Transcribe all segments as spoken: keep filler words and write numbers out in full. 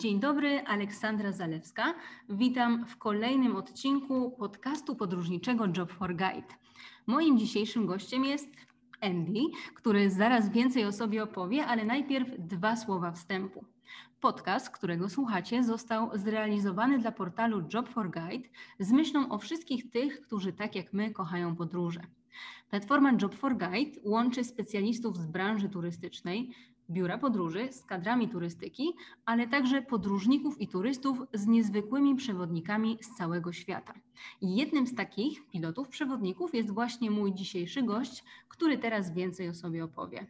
Dzień dobry, Aleksandra Zalewska. Witam w kolejnym odcinku podcastu podróżniczego Job for Guide. Moim dzisiejszym gościem jest Andy, który zaraz więcej o sobie opowie, ale najpierw dwa słowa wstępu. Podcast, którego słuchacie, został zrealizowany dla portalu Job for Guide z myślą o wszystkich tych, którzy tak jak my kochają podróże. Platforma Job for Guide łączy specjalistów z branży turystycznej, biura podróży z kadrami turystyki, ale także podróżników i turystów z niezwykłymi przewodnikami z całego świata. I jednym z takich pilotów przewodników jest właśnie mój dzisiejszy gość, który teraz więcej o sobie opowie.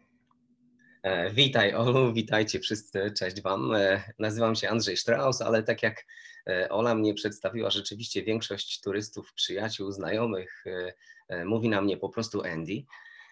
Witaj Olu, witajcie wszyscy, cześć Wam. Nazywam się Andrzej Strauss, ale tak jak Ola mnie przedstawiła, rzeczywiście większość turystów, przyjaciół, znajomych mówi na mnie po prostu Andy.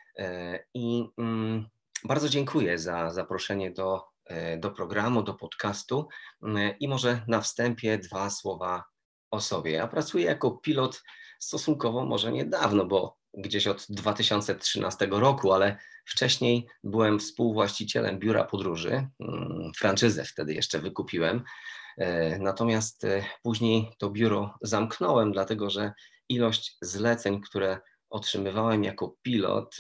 I bardzo dziękuję za zaproszenie do, do programu, do podcastu i może na wstępie dwa słowa o sobie. Ja pracuję jako pilot stosunkowo może niedawno, bo gdzieś od dwa tysiące trzynastego roku, ale wcześniej byłem współwłaścicielem biura podróży, franczyzę wtedy jeszcze wykupiłem, natomiast później to biuro zamknąłem, dlatego że ilość zleceń, które otrzymywałem jako pilot,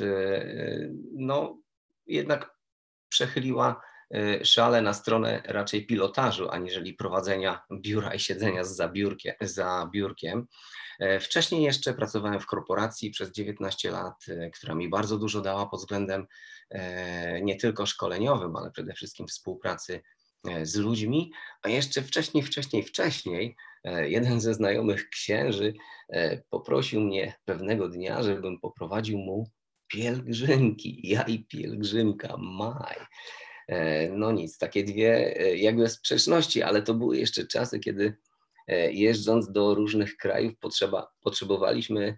no jednak przechyliła szale na stronę raczej pilotażu, aniżeli prowadzenia biura i siedzenia za biurkiem, za biurkiem. Wcześniej jeszcze pracowałem w korporacji przez dziewiętnaście lat, która mi bardzo dużo dała pod względem nie tylko szkoleniowym, ale przede wszystkim współpracy z ludźmi, a jeszcze wcześniej, wcześniej, wcześniej jeden ze znajomych księży poprosił mnie pewnego dnia, żebym poprowadził mu pielgrzymki. Ja i pielgrzymka, maj. No nic, takie dwie jakby sprzeczności, ale to były jeszcze czasy, kiedy jeżdżąc do różnych krajów potrzeba, potrzebowaliśmy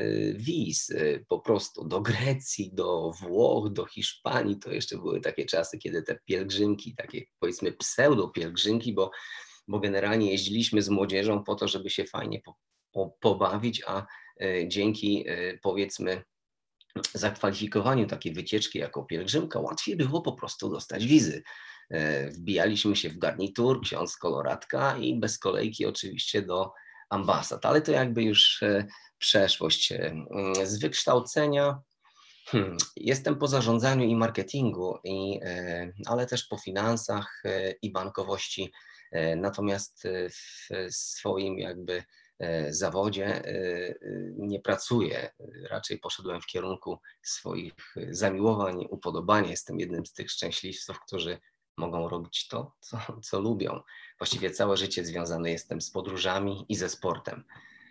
wiz po prostu do Grecji, do Włoch, do Hiszpanii. To jeszcze były takie czasy, kiedy te pielgrzymki, takie powiedzmy pseudo pielgrzymki, bo, bo generalnie jeździliśmy z młodzieżą po to, żeby się fajnie po, po, pobawić, a dzięki powiedzmy zakwalifikowaniu takiej wycieczki jako pielgrzymka łatwiej było po prostu dostać wizy. Wbijaliśmy się w garnitur, ksiądz koloratka i bez kolejki oczywiście do ambasad, ale to jakby już przeszłość. Z wykształcenia hmm, jestem po zarządzaniu i marketingu, i, ale też po finansach i bankowości, natomiast w swoim jakby zawodzie nie pracuję, raczej poszedłem w kierunku swoich zamiłowań, upodobań. Jestem jednym z tych szczęśliwców, którzy mogą robić to, co, co lubią. Właściwie całe życie związany jestem z podróżami i ze sportem.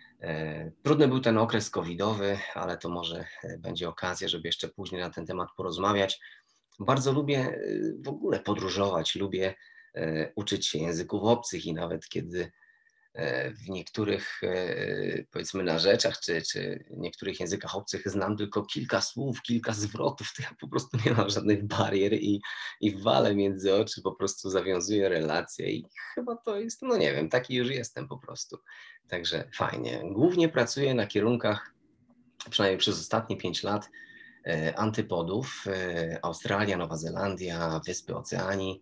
Trudny był ten okres covidowy, ale to może będzie okazja, żeby jeszcze później na ten temat porozmawiać. Bardzo lubię w ogóle podróżować, lubię uczyć się języków obcych i nawet kiedy w niektórych powiedzmy narzeczach czy, czy niektórych językach obcych znam tylko kilka słów, kilka zwrotów, to ja po prostu nie mam żadnych barier i, i walę między oczy, po prostu zawiązuję relacje i chyba to jest, no nie wiem, taki już jestem po prostu. Także fajnie. Głównie pracuję na kierunkach, przynajmniej przez ostatnie pięć lat, antypodów, Australia, Nowa Zelandia, Wyspy Oceanii,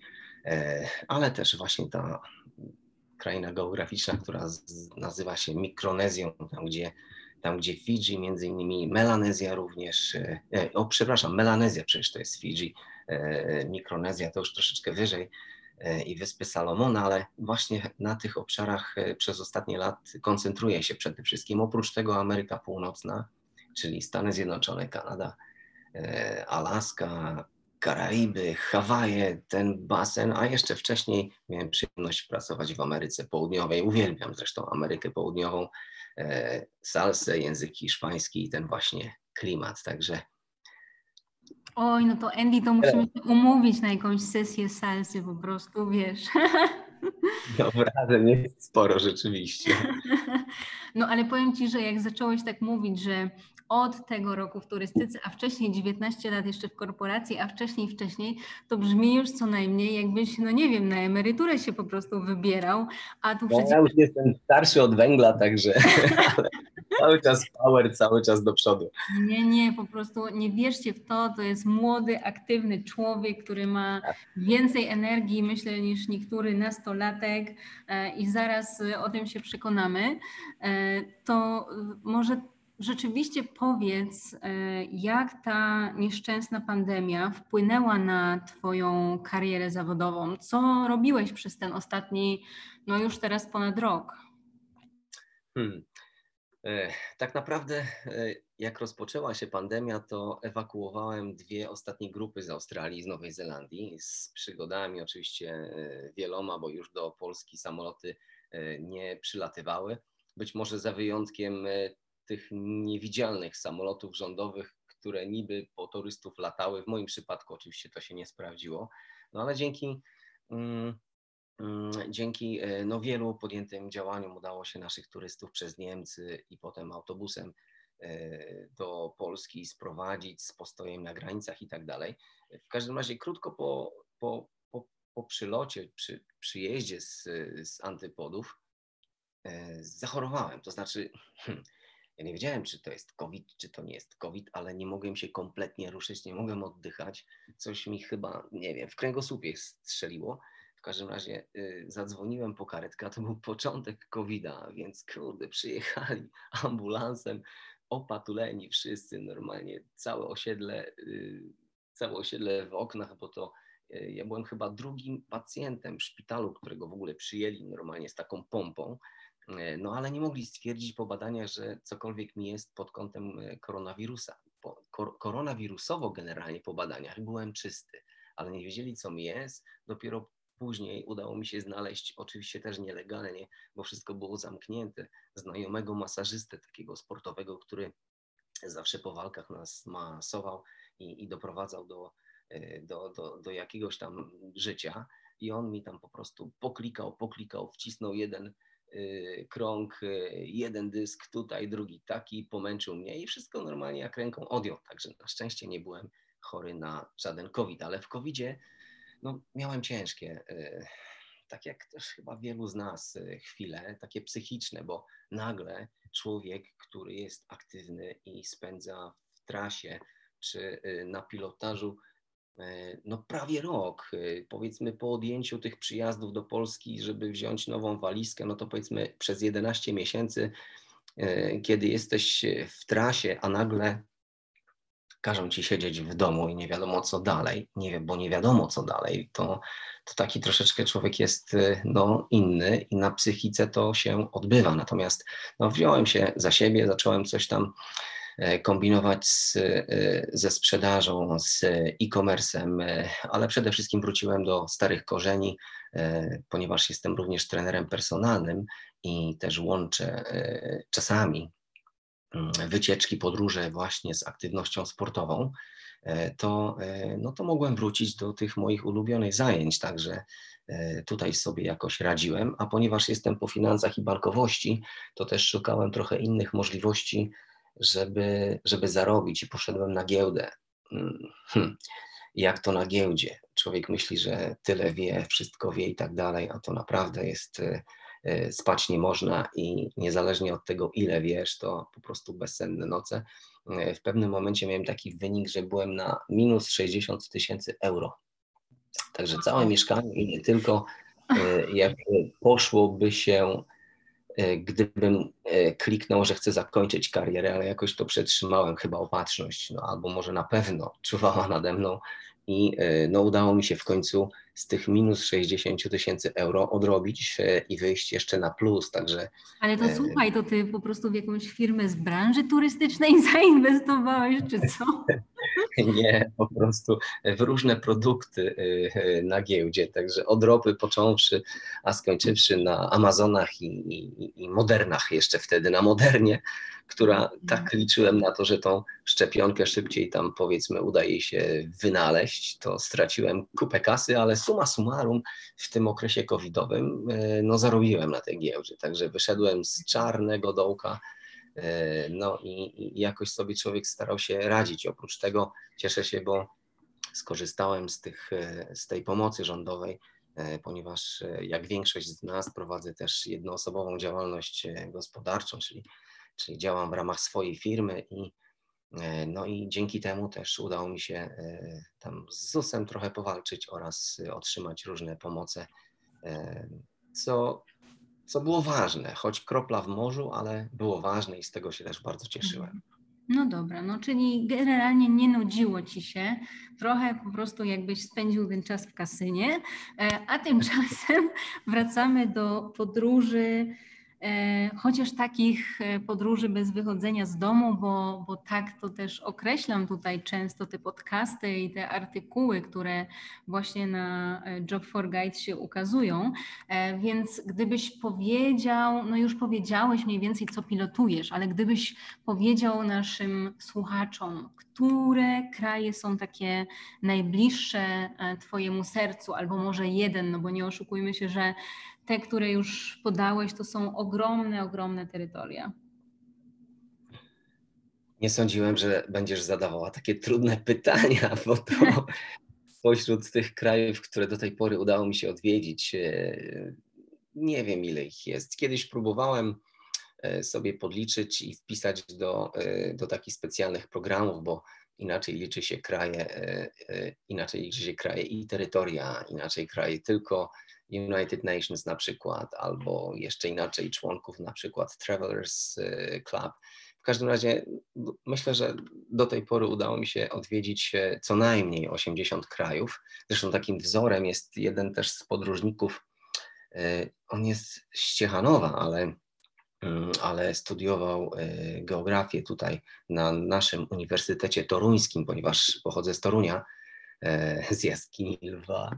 ale też właśnie ta kraina geograficzna, która z, nazywa się Mikronezją, tam gdzie, tam gdzie Fidżi, między innymi Melanezja również, e, o przepraszam, Melanezja przecież to jest Fidżi, e, Mikronezja to już troszeczkę wyżej e, i Wyspy Salomona, ale właśnie na tych obszarach e, przez ostatnie lat koncentruję się przede wszystkim. Oprócz tego Ameryka Północna, czyli Stany Zjednoczone, Kanada, e, Alaska, Karaiby, Hawaje, ten basen, a jeszcze wcześniej miałem przyjemność pracować w Ameryce Południowej. Uwielbiam zresztą Amerykę Południową, e, salsę, język hiszpański i ten właśnie klimat, także... Oj, no to Andy, to musimy się umówić na jakąś sesję salsy po prostu, wiesz. Dobra, nie jest sporo rzeczywiście. No ale powiem Ci, że jak zacząłeś tak mówić, że od tego roku w turystyce, a wcześniej dziewiętnaście lat jeszcze w korporacji, a wcześniej, wcześniej, to brzmi już co najmniej jakbyś, no nie wiem, na emeryturę się po prostu wybierał, a tu No, przecież... ja już jestem starszy od węgla, także... Cały czas power, cały czas do przodu. Nie, nie, po prostu nie wierzcie w to, to jest młody, aktywny człowiek, który ma więcej energii, myślę, niż niektóry nastolatek i zaraz o tym się przekonamy. To może rzeczywiście powiedz, jak ta nieszczęsna pandemia wpłynęła na Twoją karierę zawodową? Co robiłeś przez ten ostatni, no już teraz ponad rok? Hmm. Tak naprawdę jak rozpoczęła się pandemia, to ewakuowałem dwie ostatnie grupy z Australii i z Nowej Zelandii z przygodami oczywiście wieloma, bo już do Polski samoloty nie przylatywały. Być może za wyjątkiem tych niewidzialnych samolotów rządowych, które niby po turystów latały. W moim przypadku oczywiście to się nie sprawdziło, no ale dzięki Dzięki no, wielu podjętym działaniom udało się naszych turystów przez Niemcy i potem autobusem do Polski sprowadzić z postojem na granicach i tak dalej. W każdym razie krótko po, po, po, po przylocie, przy przyjeździe z, z antypodów zachorowałem. To znaczy, hmm, ja nie wiedziałem, czy to jest COVID, czy to nie jest COVID, ale nie mogłem się kompletnie ruszyć, nie mogłem oddychać. Coś mi chyba, nie wiem, w kręgosłupie strzeliło. W każdym razie y, zadzwoniłem po karetkę, a to był początek kowida, więc kurde, przyjechali ambulansem, opatuleni wszyscy normalnie, całe osiedle, y, całe osiedle w oknach, bo to y, ja byłem chyba drugim pacjentem w szpitalu, którego w ogóle przyjęli normalnie z taką pompą, y, no ale nie mogli stwierdzić po badaniach, że cokolwiek mi jest pod kątem koronawirusa. Po, kor, koronawirusowo generalnie po badaniach byłem czysty, ale nie wiedzieli, co mi jest. Dopiero później udało mi się znaleźć, oczywiście też nielegalnie, bo wszystko było zamknięte, znajomego masażystę takiego sportowego, który zawsze po walkach nas masował i, i doprowadzał do, do, do, do jakiegoś tam życia. I on mi tam po prostu poklikał, poklikał, wcisnął jeden y, krąg, y, jeden dysk tutaj, drugi taki, pomęczył mnie i wszystko normalnie jak ręką odjął. Także na szczęście nie byłem chory na żaden COVID, ale w kowidzie no, miałem ciężkie, tak jak też chyba wielu z nas, chwile takie psychiczne, bo nagle człowiek, który jest aktywny i spędza w trasie czy na pilotażu no prawie rok, powiedzmy po odjęciu tych przyjazdów do Polski, żeby wziąć nową walizkę, no to powiedzmy przez jedenaście miesięcy, kiedy jesteś w trasie, a nagle każą ci siedzieć w domu i nie wiadomo co dalej, nie wiem, bo nie wiadomo co dalej, to, to taki troszeczkę człowiek jest no, inny i na psychice to się odbywa. Natomiast no, wziąłem się za siebie, zacząłem coś tam kombinować z, ze sprzedażą, z e-commerce'em, ale przede wszystkim wróciłem do starych korzeni, ponieważ jestem również trenerem personalnym i też łączę czasami wycieczki, podróże właśnie z aktywnością sportową, to, no to mogłem wrócić do tych moich ulubionych zajęć, także tutaj sobie jakoś radziłem, a ponieważ jestem po finansach i bankowości, to też szukałem trochę innych możliwości, żeby, żeby zarobić i poszedłem na giełdę. Hmm. Jak to na giełdzie? Człowiek myśli, że tyle wie, wszystko wie i tak dalej, a to naprawdę jest, spać nie można i niezależnie od tego, ile wiesz, to po prostu bezsenne noce. W pewnym momencie miałem taki wynik, że byłem na minus sześćdziesiąt tysięcy euro. Także całe mieszkanie i nie tylko, jak poszłoby się, gdybym kliknął, że chcę zakończyć karierę, ale jakoś to przetrzymałem, chyba opatrzność, no albo może na pewno czuwała nade mną i no, udało mi się w końcu z tych minus sześćdziesiąt tysięcy euro odrobić i wyjść jeszcze na plus, także... Ale to słuchaj, to ty po prostu w jakąś firmę z branży turystycznej zainwestowałeś, czy co? Nie, po prostu w różne produkty na giełdzie, także od ropy począwszy, a skończywszy na Amazonach i, i, i Modernach jeszcze wtedy, na Modernie, która tak liczyłem na to, że tą szczepionkę szybciej tam powiedzmy udaje się wynaleźć, to straciłem kupę kasy, ale summa summarum w tym okresie covidowym no zarobiłem na tej giełdzie, także wyszedłem z czarnego dołka. No i, i jakoś sobie człowiek starał się radzić. Oprócz tego cieszę się, bo skorzystałem z, tych, z tej pomocy rządowej, ponieważ jak większość z nas prowadzę też jednoosobową działalność gospodarczą, czyli czyli działam w ramach swojej firmy i no i dzięki temu też udało mi się tam z zusem trochę powalczyć oraz otrzymać różne pomoce, co, co było ważne, choć kropla w morzu, ale było ważne i z tego się też bardzo cieszyłem. No dobra, no czyli generalnie nie nudziło ci się, trochę po prostu jakbyś spędził ten czas w kasynie, a tymczasem wracamy do podróży, chociaż takich podróży bez wychodzenia z domu, bo, bo tak to też określam tutaj często te podcasty i te artykuły, które właśnie na Job for Guide się ukazują, więc gdybyś powiedział, no już powiedziałeś mniej więcej co pilotujesz, ale gdybyś powiedział naszym słuchaczom, które kraje są takie najbliższe twojemu sercu, albo może jeden, no bo nie oszukujmy się, że te, które już podałeś, to są ogromne, ogromne terytoria. Nie sądziłem, że będziesz zadawała takie trudne pytania, bo to spośród tych krajów, które do tej pory udało mi się odwiedzić, nie wiem ile ich jest. Kiedyś próbowałem sobie podliczyć i wpisać do, do takich specjalnych programów, bo inaczej liczy się kraje, inaczej liczy się kraje i terytoria, inaczej kraje tylko United Nations na przykład, albo jeszcze inaczej członków na przykład Travelers Club. W każdym razie myślę, że do tej pory udało mi się odwiedzić co najmniej osiemdziesiąt krajów. Zresztą takim wzorem jest jeden też z podróżników, on jest z Ciechanowa, ale ale studiował geografię tutaj na naszym Uniwersytecie Toruńskim, ponieważ pochodzę z Torunia, z jaskini lwa.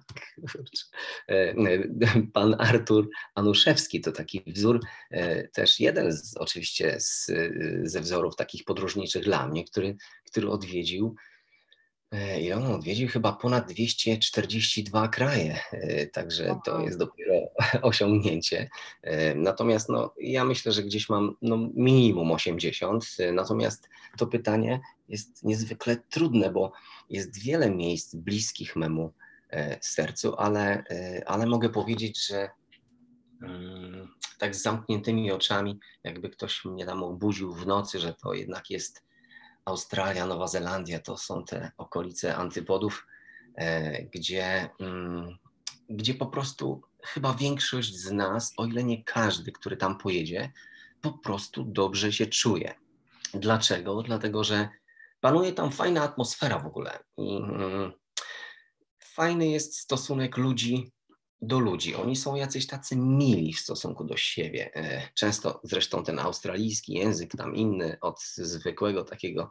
Pan Artur Anuszewski to taki wzór, też jeden z, oczywiście z, ze wzorów takich podróżniczych dla mnie, który, który odwiedził i on odwiedził chyba ponad dwieście czterdzieści dwa kraje, także to jest dopiero osiągnięcie. Natomiast no, ja myślę, że gdzieś mam no, minimum osiemdziesiąt, natomiast to pytanie jest niezwykle trudne, bo jest wiele miejsc bliskich memu sercu, ale, ale mogę powiedzieć, że um, tak z zamkniętymi oczami, jakby ktoś mnie tam obudził w nocy, że to jednak jest Australia, Nowa Zelandia, to są te okolice antypodów, gdzie, gdzie po prostu chyba większość z nas, o ile nie każdy, który tam pojedzie, po prostu dobrze się czuje. Dlaczego? Dlatego, że panuje tam fajna atmosfera w ogóle i fajny jest stosunek ludzi do ludzi. Oni są jacyś tacy mili w stosunku do siebie. Często zresztą ten australijski język tam inny od zwykłego takiego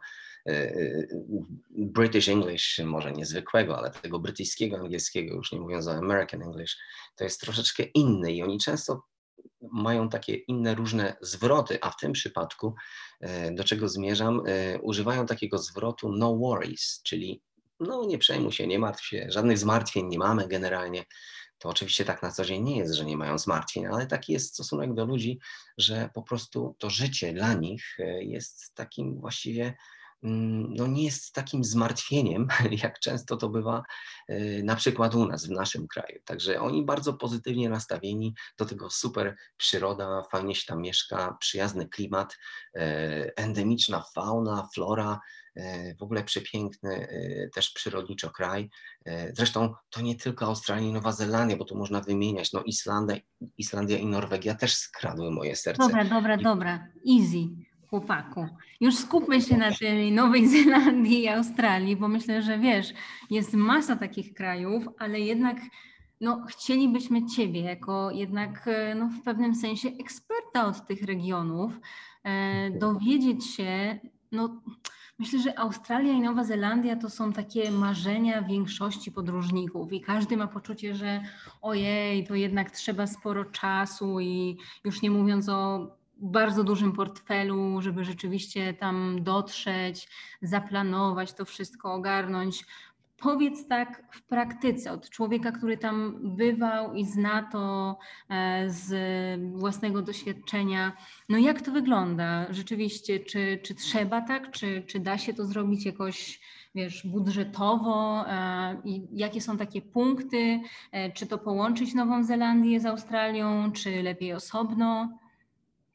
British English, może nie zwykłego, ale tego brytyjskiego angielskiego, już nie mówiąc o American English, to jest troszeczkę inny i oni często mają takie inne różne zwroty, a w tym przypadku, do czego zmierzam, używają takiego zwrotu no worries, czyli no nie przejmuj się, nie martw się, żadnych zmartwień nie mamy generalnie. To oczywiście tak na co dzień nie jest, że nie mają zmartwień, ale taki jest stosunek do ludzi, że po prostu to życie dla nich jest takim właściwie, no nie jest takim zmartwieniem, jak często to bywa na przykład u nas, w naszym kraju. Także oni bardzo pozytywnie nastawieni, do tego super przyroda, fajnie się tam mieszka, przyjazny klimat, endemiczna fauna, flora, w ogóle przepiękny też przyrodniczo kraj. Zresztą to nie tylko Australia i Nowa Zelandia, bo tu można wymieniać, no Islandia, Islandia i Norwegia też skradły moje serce. Dobra, dobra, dobra, easy, chłopaku. Już skupmy się na tej Nowej Zelandii i Australii, bo myślę, że wiesz, jest masa takich krajów, ale jednak no, chcielibyśmy Ciebie jako jednak no, w pewnym sensie eksperta od tych regionów e, dowiedzieć się, no myślę, że Australia i Nowa Zelandia to są takie marzenia większości podróżników i każdy ma poczucie, że ojej, to jednak trzeba sporo czasu i już nie mówiąc o bardzo dużym portfelu, żeby rzeczywiście tam dotrzeć, zaplanować to wszystko, ogarnąć. Powiedz tak w praktyce, od człowieka, który tam bywał i zna to z własnego doświadczenia, no jak to wygląda rzeczywiście, czy, czy trzeba tak, czy, czy da się to zrobić jakoś, wiesz, budżetowo i jakie są takie punkty, czy to połączyć Nową Zelandię z Australią, czy lepiej osobno?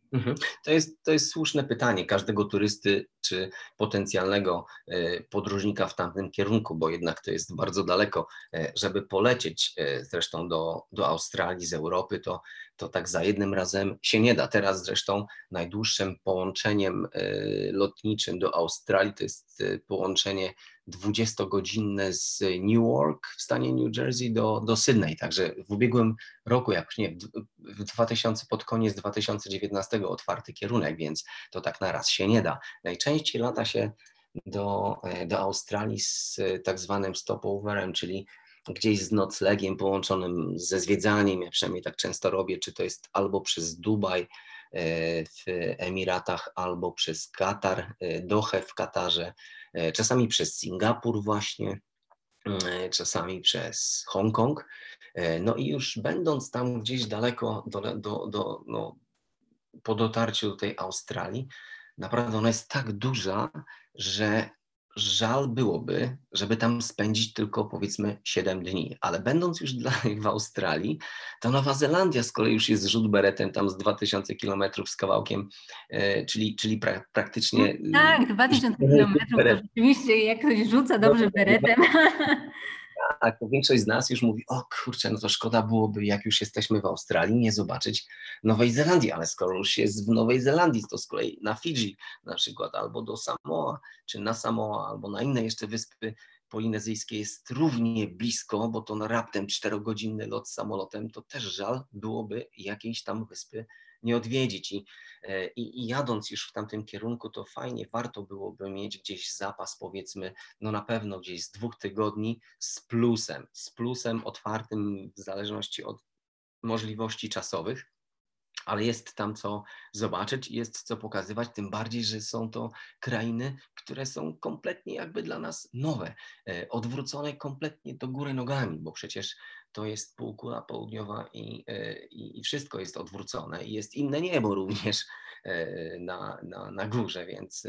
Mhm. To jest, to jest słuszne pytanie każdego turysty czy potencjalnego e, podróżnika w tamtym kierunku, bo jednak to jest bardzo daleko. E, Żeby polecieć e, zresztą do, do Australii z Europy, to, to tak za jednym razem się nie da. Teraz zresztą najdłuższym połączeniem e, lotniczym do Australii to jest e, połączenie dwudziestogodzinne z Newark w stanie New Jersey do, do Sydney. Także w ubiegłym roku, jakoś nie, w dwa tysiące, pod koniec dwa tysiące dziewiętnastego otwarty kierunek, więc to tak naraz się nie da. Najczęściej lata się do, do Australii z tak zwanym stopoverem, czyli gdzieś z noclegiem połączonym ze zwiedzaniem. Ja przynajmniej tak często robię, czy to jest albo przez Dubaj w Emiratach, albo przez Katar, Dohę w Katarze, czasami przez Singapur właśnie, czasami przez Hongkong. No i już będąc tam gdzieś daleko do, do, do, no, po dotarciu do tej Australii, naprawdę ona jest tak duża, że żal byłoby, żeby tam spędzić tylko powiedzmy siedem dni, ale będąc już dla nich w Australii, to Nowa Zelandia z kolei już jest rzut beretem tam z dwa tysiące kilometrów z kawałkiem, czyli, czyli pra, praktycznie... Tak, dwa tysiące kilometrów to rzeczywiście jak ktoś rzuca dobrze beretem. Tak, to większość z nas już mówi, o kurczę, no to szkoda byłoby, jak już jesteśmy w Australii, nie zobaczyć Nowej Zelandii, ale skoro już jest w Nowej Zelandii, to z kolei na Fidżi na przykład, albo do Samoa, czy na Samoa, albo na inne jeszcze wyspy polinezyjskie jest równie blisko, bo to na raptem czterogodzinny lot samolotem, to też żal byłoby jakiejś tam wyspy nie odwiedzić. I, i, I jadąc już w tamtym kierunku, to fajnie, warto byłoby mieć gdzieś zapas, powiedzmy, no na pewno gdzieś z dwóch tygodni z plusem, z plusem otwartym w zależności od możliwości czasowych, ale jest tam co zobaczyć, jest co pokazywać, tym bardziej, że są to krainy, które są kompletnie jakby dla nas nowe, odwrócone kompletnie do góry nogami, bo przecież to jest półkula południowa i, i, i wszystko jest odwrócone i jest inne niebo również na, na, na górze, więc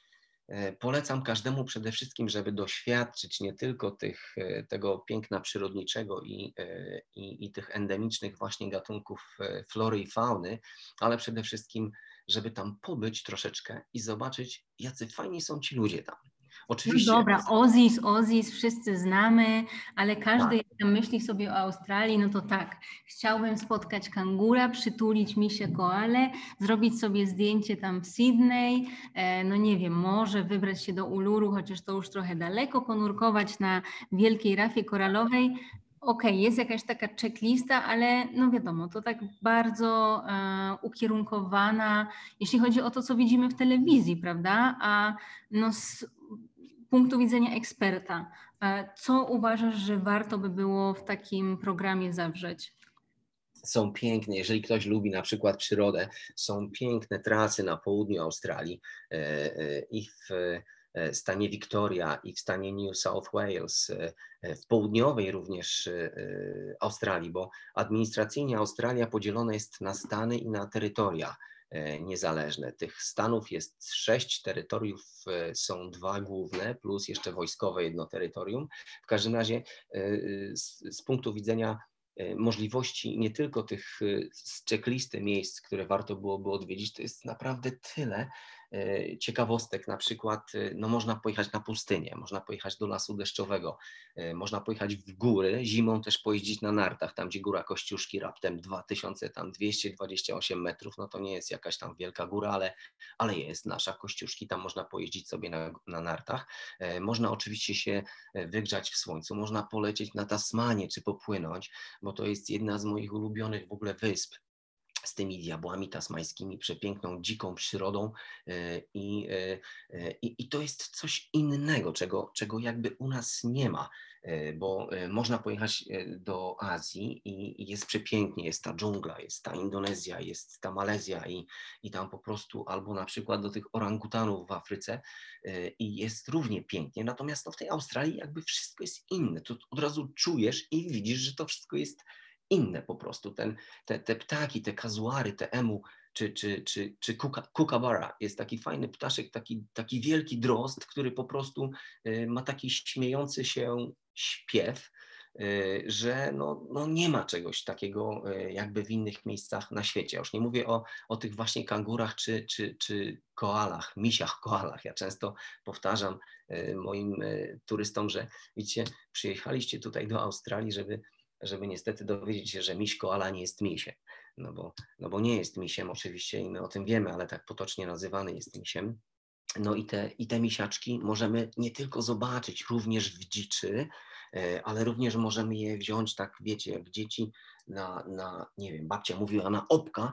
polecam każdemu przede wszystkim, żeby doświadczyć nie tylko tych, tego piękna przyrodniczego i, i, i tych endemicznych właśnie gatunków flory i fauny, ale przede wszystkim, żeby tam pobyć troszeczkę i zobaczyć, jacy fajni są ci ludzie tam. Oczywiście. No dobra, Ozis, Ozis, wszyscy znamy, ale każdy jak tam myśli sobie o Australii, no to tak, chciałbym spotkać kangura, przytulić misie koale, zrobić sobie zdjęcie tam w Sydney, no nie wiem, może wybrać się do Uluru, chociaż to już trochę daleko, ponurkować na wielkiej rafie koralowej. Okej, okay, jest jakaś taka checklista, ale no wiadomo, to tak bardzo e, ukierunkowana, jeśli chodzi o to, co widzimy w telewizji, prawda? A no z punktu widzenia eksperta, co uważasz, że warto by było w takim programie zawrzeć? Są piękne, jeżeli ktoś lubi na przykład przyrodę, są piękne trasy na południu Australii i w stanie Victoria i w stanie New South Wales, w południowej również Australii, bo administracyjnie Australia podzielona jest na stany i na terytoria niezależne. Tych stanów jest sześć, terytoriów są dwa główne, plus jeszcze wojskowe jedno terytorium. W każdym razie z, z punktu widzenia możliwości nie tylko tych z checklisty miejsc, które warto byłoby odwiedzić, to jest naprawdę tyle ciekawostek. Na przykład no, można pojechać na pustynię, można pojechać do lasu deszczowego, można pojechać w góry, zimą też pojeździć na nartach, tam gdzie góra Kościuszki raptem dwa tysiące dwieście dwadzieścia osiem metrów, no to nie jest jakaś tam wielka góra, ale, ale jest nasza Kościuszki, tam można pojeździć sobie na, na nartach. Można oczywiście się wygrzać w słońcu, można polecieć na Tasmanię czy popłynąć, bo to jest jedna z moich ulubionych w ogóle wysp z tymi diabłami tasmańskimi, przepiękną, dziką przyrodą i, i, i to jest coś innego, czego, czego jakby u nas nie ma, bo można pojechać do Azji i, i jest przepięknie, jest ta dżungla, jest ta Indonezja, jest ta Malezja i, i tam po prostu, albo na przykład do tych orangutanów w Afryce i jest równie pięknie, natomiast no, w tej Australii jakby wszystko jest inne, to od razu czujesz i widzisz, że to wszystko jest inne po prostu. Ten, te, te ptaki, te kazuary, te emu, czy, czy, czy, czy kuka, kookaburra. Jest taki fajny ptaszek, taki, taki wielki drozd, który po prostu y, ma taki śmiejący się śpiew. że no, no nie ma czegoś takiego jakby w innych miejscach na świecie. Ja już nie mówię o, o tych właśnie kangurach czy, czy, czy koalach, misiach koalach. Ja często powtarzam moim turystom, że widzicie, przyjechaliście tutaj do Australii, żeby, żeby niestety dowiedzieć się, że miś koala nie jest misiem. No bo, no bo nie jest misiem oczywiście i my o tym wiemy, ale tak potocznie nazywany jest misiem. No i te, i te misiaczki możemy nie tylko zobaczyć również w dziczy, ale również możemy je wziąć, tak wiecie, jak dzieci na, na nie wiem, babcia mówiła na obka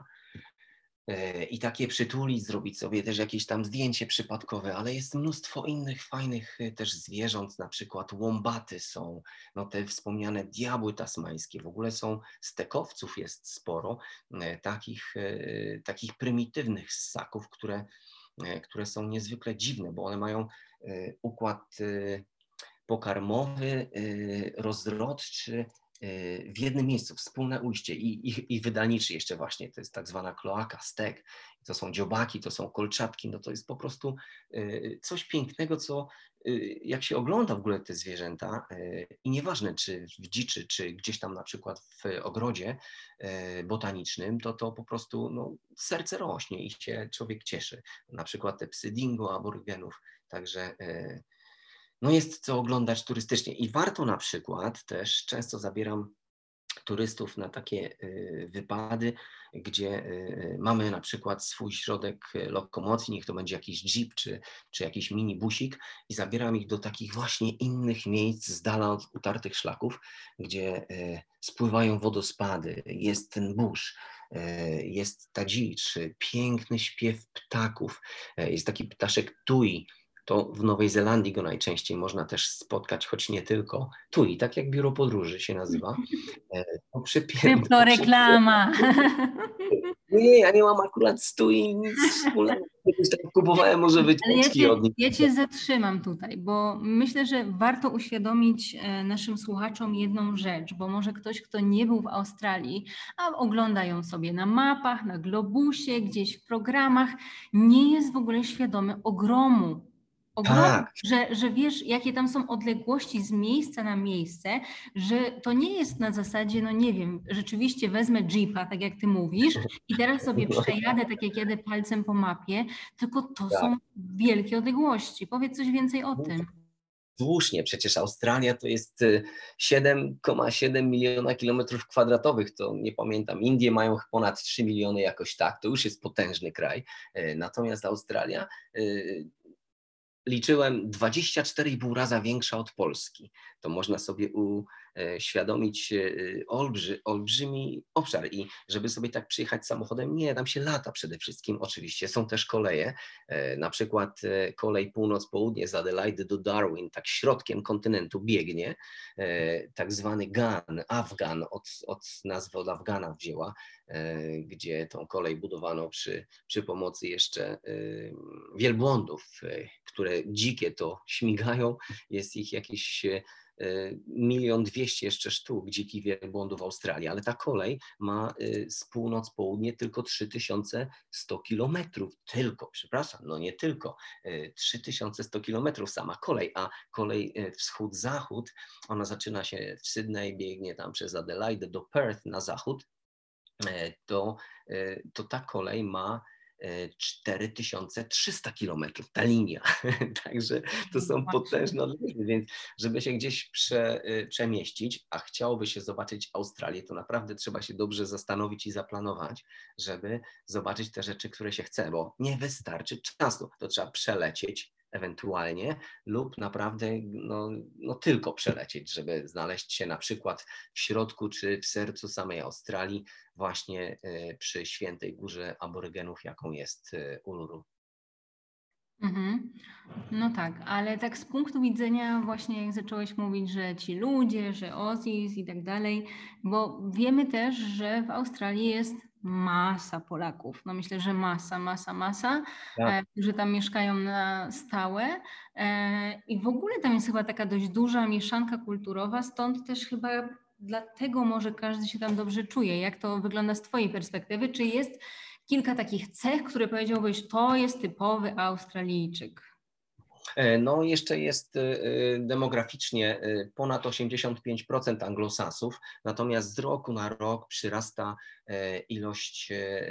i takie przytulić, zrobić sobie też jakieś tam zdjęcie przypadkowe, ale jest mnóstwo innych fajnych też zwierząt, na przykład łombaty są, no te wspomniane diabły tasmańskie, w ogóle są stekowców jest sporo, takich, takich prymitywnych ssaków, które które są niezwykle dziwne, bo one mają układ pokarmowy, rozrodczy w jednym miejscu, wspólne ujście i, i, i wydalniczy jeszcze właśnie, to jest tak zwana kloaka, stek, to są dziobaki, to są kolczatki, no to jest po prostu coś pięknego, co jak się ogląda w ogóle te zwierzęta i nieważne czy w dziczy, czy gdzieś tam na przykład w ogrodzie botanicznym, to to po prostu no, serce rośnie i się człowiek cieszy. Na przykład te psy dingo, aborygenów, także no jest co oglądać turystycznie i warto na przykład też, często zabieram turystów na takie wypady, gdzie mamy na przykład swój środek lokomocji, niech to będzie jakiś jeep czy, czy jakiś minibusik i zabieram ich do takich właśnie innych miejsc z dala od utartych szlaków, gdzie spływają wodospady, jest ten burz, jest ta dzicz, piękny śpiew ptaków, jest taki ptaszek tui. To w Nowej Zelandii go najczęściej można też spotkać, choć nie tylko. Tui, tak jak biuro podróży się nazywa. To przypię- To reklama. Nie, ja nie mam akurat z Tui nic wspólnego. Kiedyś tam kupowałem może Ale ja wycieczki cię, od nich. ja cię zatrzymam tutaj, bo myślę, że warto uświadomić naszym słuchaczom jedną rzecz, bo może ktoś, kto nie był w Australii, a ogląda ją sobie na mapach, na globusie, gdzieś w programach, nie jest w ogóle świadomy ogromu. Ogromu, Tak, że, że wiesz, jakie tam są odległości z miejsca na miejsce, że to nie jest na zasadzie, no nie wiem, rzeczywiście wezmę jeepa, tak jak ty mówisz, i teraz sobie przejadę, tak jak jadę palcem po mapie, tylko to tak. są wielkie odległości. Powiedz coś więcej o tym. Słusznie, przecież Australia to jest siedem przecinek siedem miliona kilometrów kwadratowych, to nie pamiętam, Indie mają ponad trzy miliony jakoś tak, to już jest potężny kraj, natomiast Australia liczyłem dwadzieścia cztery i pół raza większa od Polski. To można sobie uświadomić olbrzy, olbrzymi obszar i żeby sobie tak przyjechać samochodem, nie, tam się lata przede wszystkim, oczywiście, są też koleje, na przykład kolej północ-południe z Adelaide do Darwin, tak środkiem kontynentu biegnie, tak zwany Gan, Afgan, od, od nazwy od Afgana wzięła, gdzie tą kolej budowano przy, przy pomocy jeszcze wielbłądów, które dzikie to śmigają, jest ich jakieś milion dwieście jeszcze sztuk dzikich wielbłądów w Australii, ale ta kolej ma z północ-południe tylko trzy tysiące sto kilometrów, tylko, przepraszam, no nie tylko, trzy tysiące sto kilometrów sama kolej, a kolej wschód-zachód, ona zaczyna się w Sydney, biegnie tam przez Adelaide do Perth na zachód, to, to ta kolej ma cztery tysiące trzysta kilometrów, ta linia. Także to są potężne odległości, więc żeby się gdzieś prze, przemieścić, a chciałoby się zobaczyć Australię, to naprawdę trzeba się dobrze zastanowić i zaplanować, żeby zobaczyć te rzeczy, które się chce, bo nie wystarczy czasu. To trzeba przelecieć ewentualnie lub naprawdę no, no tylko przelecieć, żeby znaleźć się na przykład w środku czy w sercu samej Australii, właśnie przy świętej górze aborygenów, jaką jest Uluru. Mhm. No tak, ale tak z punktu widzenia właśnie jak zacząłeś mówić, że ci ludzie, że Aussies i tak dalej, bo wiemy też, że w Australii jest masa Polaków, no myślę, że masa, masa, masa, Tak. e, którzy tam mieszkają na stałe e, i w ogóle tam jest chyba taka dość duża mieszanka kulturowa, stąd też chyba dlatego może każdy się tam dobrze czuje. Jak to wygląda z twojej perspektywy? Czy jest kilka takich cech, które powiedziałbyś, to jest typowy Australijczyk? No jeszcze jest demograficznie ponad osiemdziesiąt pięć procent anglosasów, natomiast z roku na rok przyrasta ilość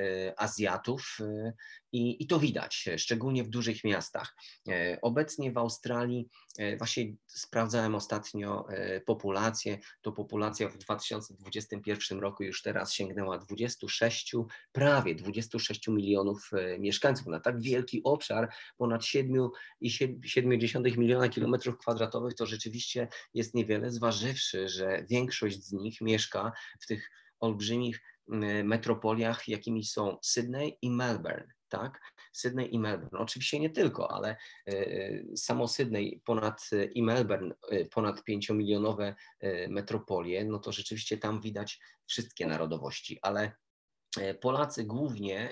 Azjatów i, i to widać, szczególnie w dużych miastach. Obecnie w Australii, właśnie sprawdzałem ostatnio populację, to populacja w dwa tysiące dwudziestym pierwszym roku już teraz sięgnęła dwudziestu sześciu, prawie dwudziestu sześciu milionów mieszkańców na tak wielki obszar, ponad siedem i siedem dziesiątych miliona kilometrów kwadratowych, to rzeczywiście jest niewiele, zważywszy, że większość z nich mieszka w tych olbrzymich metropoliach, jakimi są Sydney i Melbourne. Tak? Sydney i Melbourne. Oczywiście nie tylko, ale samo Sydney ponad, i Melbourne ponad pięciomilionowe metropolie, no to rzeczywiście tam widać wszystkie narodowości, ale Polacy głównie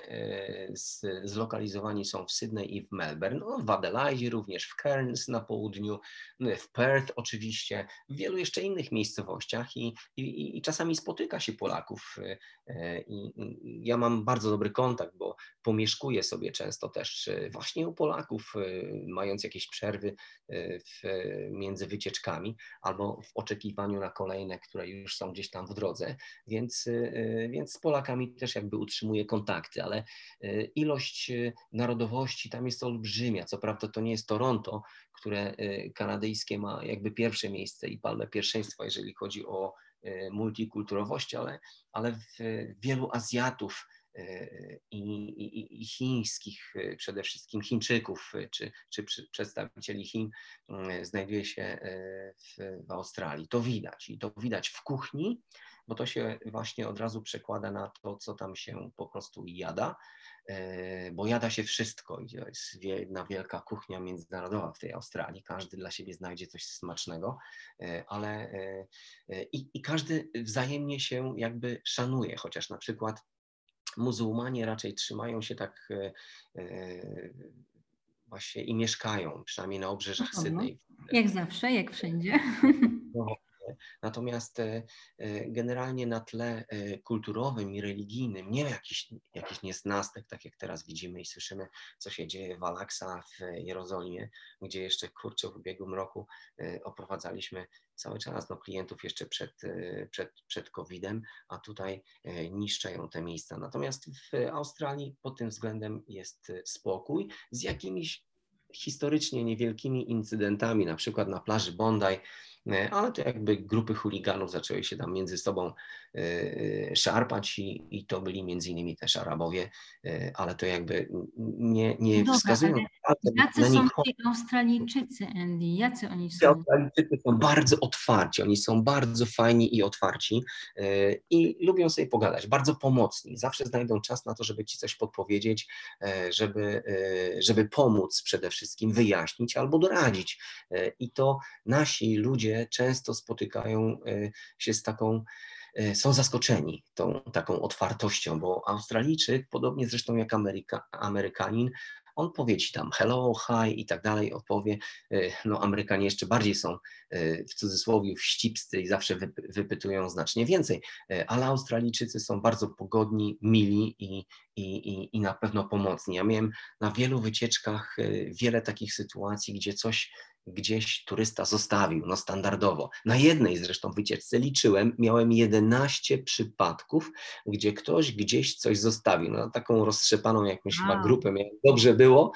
zlokalizowani są w Sydney i w Melbourne, no w Adelaide, również w Cairns na południu, w Perth oczywiście, w wielu jeszcze innych miejscowościach i, i, i czasami spotyka się Polaków. I, i ja mam bardzo dobry kontakt, bo pomieszkuję sobie często też właśnie u Polaków, mając jakieś przerwy w, między wycieczkami albo w oczekiwaniu na kolejne, które już są gdzieś tam w drodze, więc, więc z Polakami też jakby utrzymuje kontakty, ale ilość narodowości tam jest olbrzymia. Co prawda to nie jest Toronto, które kanadyjskie ma jakby pierwsze miejsce i palmę pierwszeństwa, jeżeli chodzi o multikulturowość, ale, ale w wielu Azjatów i, i, i chińskich, przede wszystkim Chińczyków czy, czy przedstawicieli Chin znajduje się w, w Australii. To widać i to widać w kuchni, bo to się właśnie od razu przekłada na to, co tam się po prostu jada, bo jada się wszystko i to jest jedna wielka kuchnia międzynarodowa w tej Australii, każdy dla siebie znajdzie coś smacznego, ale i, i każdy wzajemnie się jakby szanuje, chociaż na przykład muzułmanie raczej trzymają się tak właśnie i mieszkają, przynajmniej na obrzeżach Sydney. Jak zawsze, jak wszędzie. Natomiast generalnie na tle kulturowym i religijnym nie ma jakichś, jakichś niesnastek, tak jak teraz widzimy i słyszymy, co się dzieje w Al-Aqsa w Jerozolimie, gdzie jeszcze, kurczę, w ubiegłym roku oprowadzaliśmy cały czas no, klientów jeszcze przed, przed, przed kowidem, a tutaj niszczają te miejsca. Natomiast w Australii pod tym względem jest spokój z jakimiś historycznie niewielkimi incydentami, na przykład na plaży Bondi, ale to jakby grupy chuliganów zaczęły się tam między sobą szarpać i, i to byli między innymi też Arabowie, ale to jakby nie, nie Dobra, wskazują jacy na są nikogo. ci Australijczycy, Andy? Jacy oni Ci są? Australijczycy są bardzo otwarci, oni są bardzo fajni i otwarci yy, i lubią sobie pogadać, bardzo pomocni. Zawsze znajdą czas na to, żeby ci coś podpowiedzieć, yy, żeby, yy, żeby pomóc przede wszystkim, wyjaśnić albo doradzić. Yy, I to nasi ludzie często spotykają yy, się z taką, yy, są zaskoczeni tą taką otwartością, bo Australijczyk, podobnie zresztą jak Ameryka, Amerykanin, on powie ci tam hello, hi i tak dalej, odpowie. No Amerykanie jeszcze bardziej są w cudzysłowie wścibscy i zawsze wypytują znacznie więcej, ale Australijczycy są bardzo pogodni, mili i, i, i na pewno pomocni. Ja miałem na wielu wycieczkach wiele takich sytuacji, gdzie coś gdzieś turysta zostawił, no standardowo. Na jednej zresztą wycieczce liczyłem, miałem jedenaście przypadków, gdzie ktoś gdzieś coś zostawił. No taką roztrzepaną jakąś chyba grupę miałem. Dobrze było,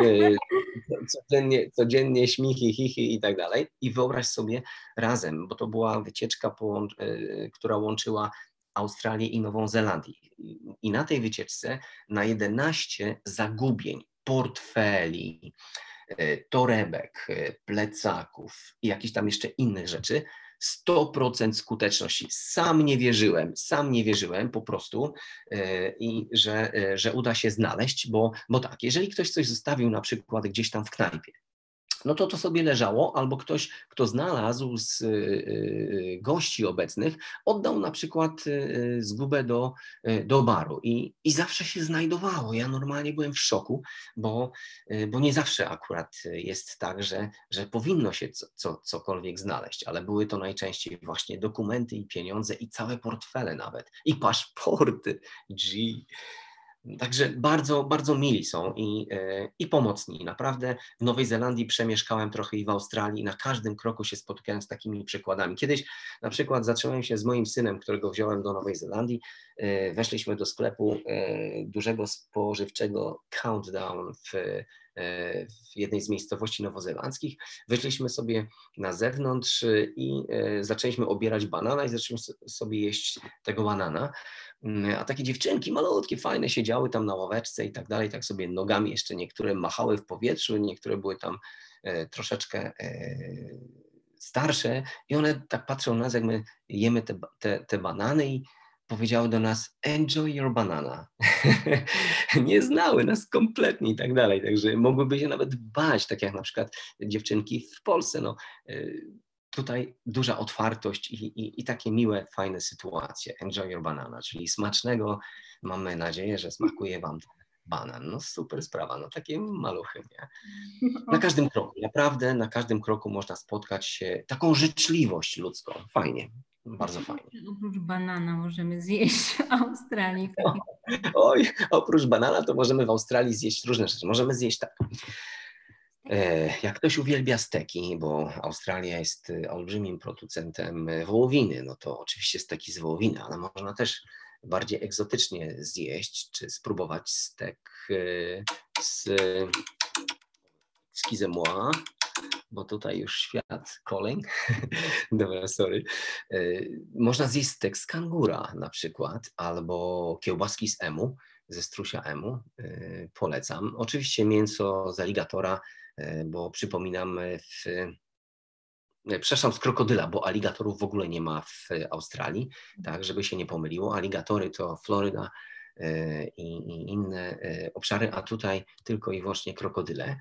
codziennie, codziennie śmichy, chichy i tak dalej. I wyobraź sobie razem, bo to była wycieczka, która łączyła Australię i Nową Zelandię. I na tej wycieczce na jedenaście zagubień, portfeli, torebek, plecaków i jakichś tam jeszcze innych rzeczy, sto procent skuteczności. Sam nie wierzyłem, sam nie wierzyłem po prostu i że, że uda się znaleźć, bo, bo tak, jeżeli ktoś coś zostawił na przykład gdzieś tam w knajpie, no to to sobie leżało, albo ktoś, kto znalazł z gości obecnych, oddał na przykład zgubę do, do baru i, i zawsze się znajdowało. Ja normalnie byłem w szoku, bo, bo nie zawsze akurat jest tak, że, że powinno się co, co, cokolwiek znaleźć, ale były to najczęściej właśnie dokumenty i pieniądze i całe portfele nawet, i paszporty. G. Także bardzo, bardzo mili są i, i pomocni. Naprawdę w Nowej Zelandii przemieszkałem trochę i w Australii. Na każdym kroku się spotykałem z takimi przykładami. Kiedyś na przykład zacząłem się z moim synem, którego wziąłem do Nowej Zelandii. Weszliśmy do sklepu dużego spożywczego Countdown w, w jednej z miejscowości nowozelandzkich. Wyszliśmy sobie na zewnątrz i zaczęliśmy obierać banana i zaczęliśmy sobie jeść tego banana. A takie dziewczynki malutkie, fajne, siedziały tam na ławeczce i tak dalej, tak sobie nogami jeszcze niektóre machały w powietrzu, niektóre były tam e, troszeczkę e, starsze i one tak patrzą na nas, jak my jemy te, te, te banany i powiedziały do nas enjoy your banana. Nie znały nas kompletnie i tak dalej, także mogłyby się nawet bać, tak jak na przykład dziewczynki w Polsce. No, e, Tutaj duża otwartość i, i, i takie miłe, fajne sytuacje. Enjoy your banana, czyli smacznego. Mamy nadzieję, że smakuje Wam ten banan. No super sprawa, no takie maluchy, nie? Na każdym kroku, naprawdę na każdym kroku można spotkać się taką życzliwość ludzką. Fajnie, bardzo fajnie. Oprócz banana możemy zjeść w Australii. O, oj, oprócz banana to możemy w Australii zjeść różne rzeczy. Możemy zjeść tak. Jak ktoś uwielbia steki, bo Australia jest olbrzymim producentem wołowiny, no to oczywiście steki z wołowiny, ale można też bardziej egzotycznie zjeść, czy spróbować stek z excusez-moi, bo tutaj już świat koleń. Dobra, sorry. Można zjeść stek z kangura na przykład, albo kiełbaski z emu, ze strusia emu. Polecam. Oczywiście mięso z aligatora, bo przypominam, w, przepraszam, z krokodyla, bo aligatorów w ogóle nie ma w Australii, tak, żeby się nie pomyliło. Aligatory to Floryda i, i inne obszary, a tutaj tylko i wyłącznie krokodyle.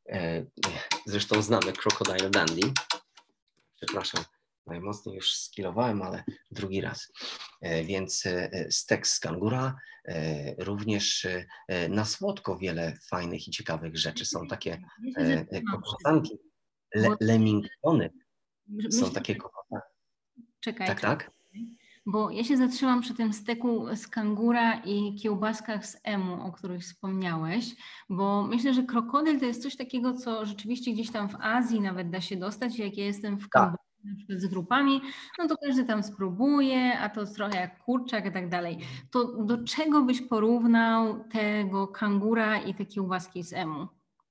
Zresztą znamy Crocodile Dundee. Przepraszam, najmocniej już skilowałem, ale drugi raz. Więc stek z kangura, również na słodko wiele fajnych i ciekawych rzeczy. Są takie kokosanki, le, lemingtony. Są takie kokosanki. Czekaj, tak, tak. Bo ja się zatrzymam przy tym steku z kangura i kiełbaskach z emu, o których wspomniałeś, bo myślę, że krokodyl to jest coś takiego, co rzeczywiście gdzieś tam w Azji nawet da się dostać. Jak ja jestem w Kambodży na przykład z grupami, no to każdy tam spróbuje, a to trochę jak kurczak i tak dalej. To do czego byś porównał tego kangura i te kiełbaski z emu?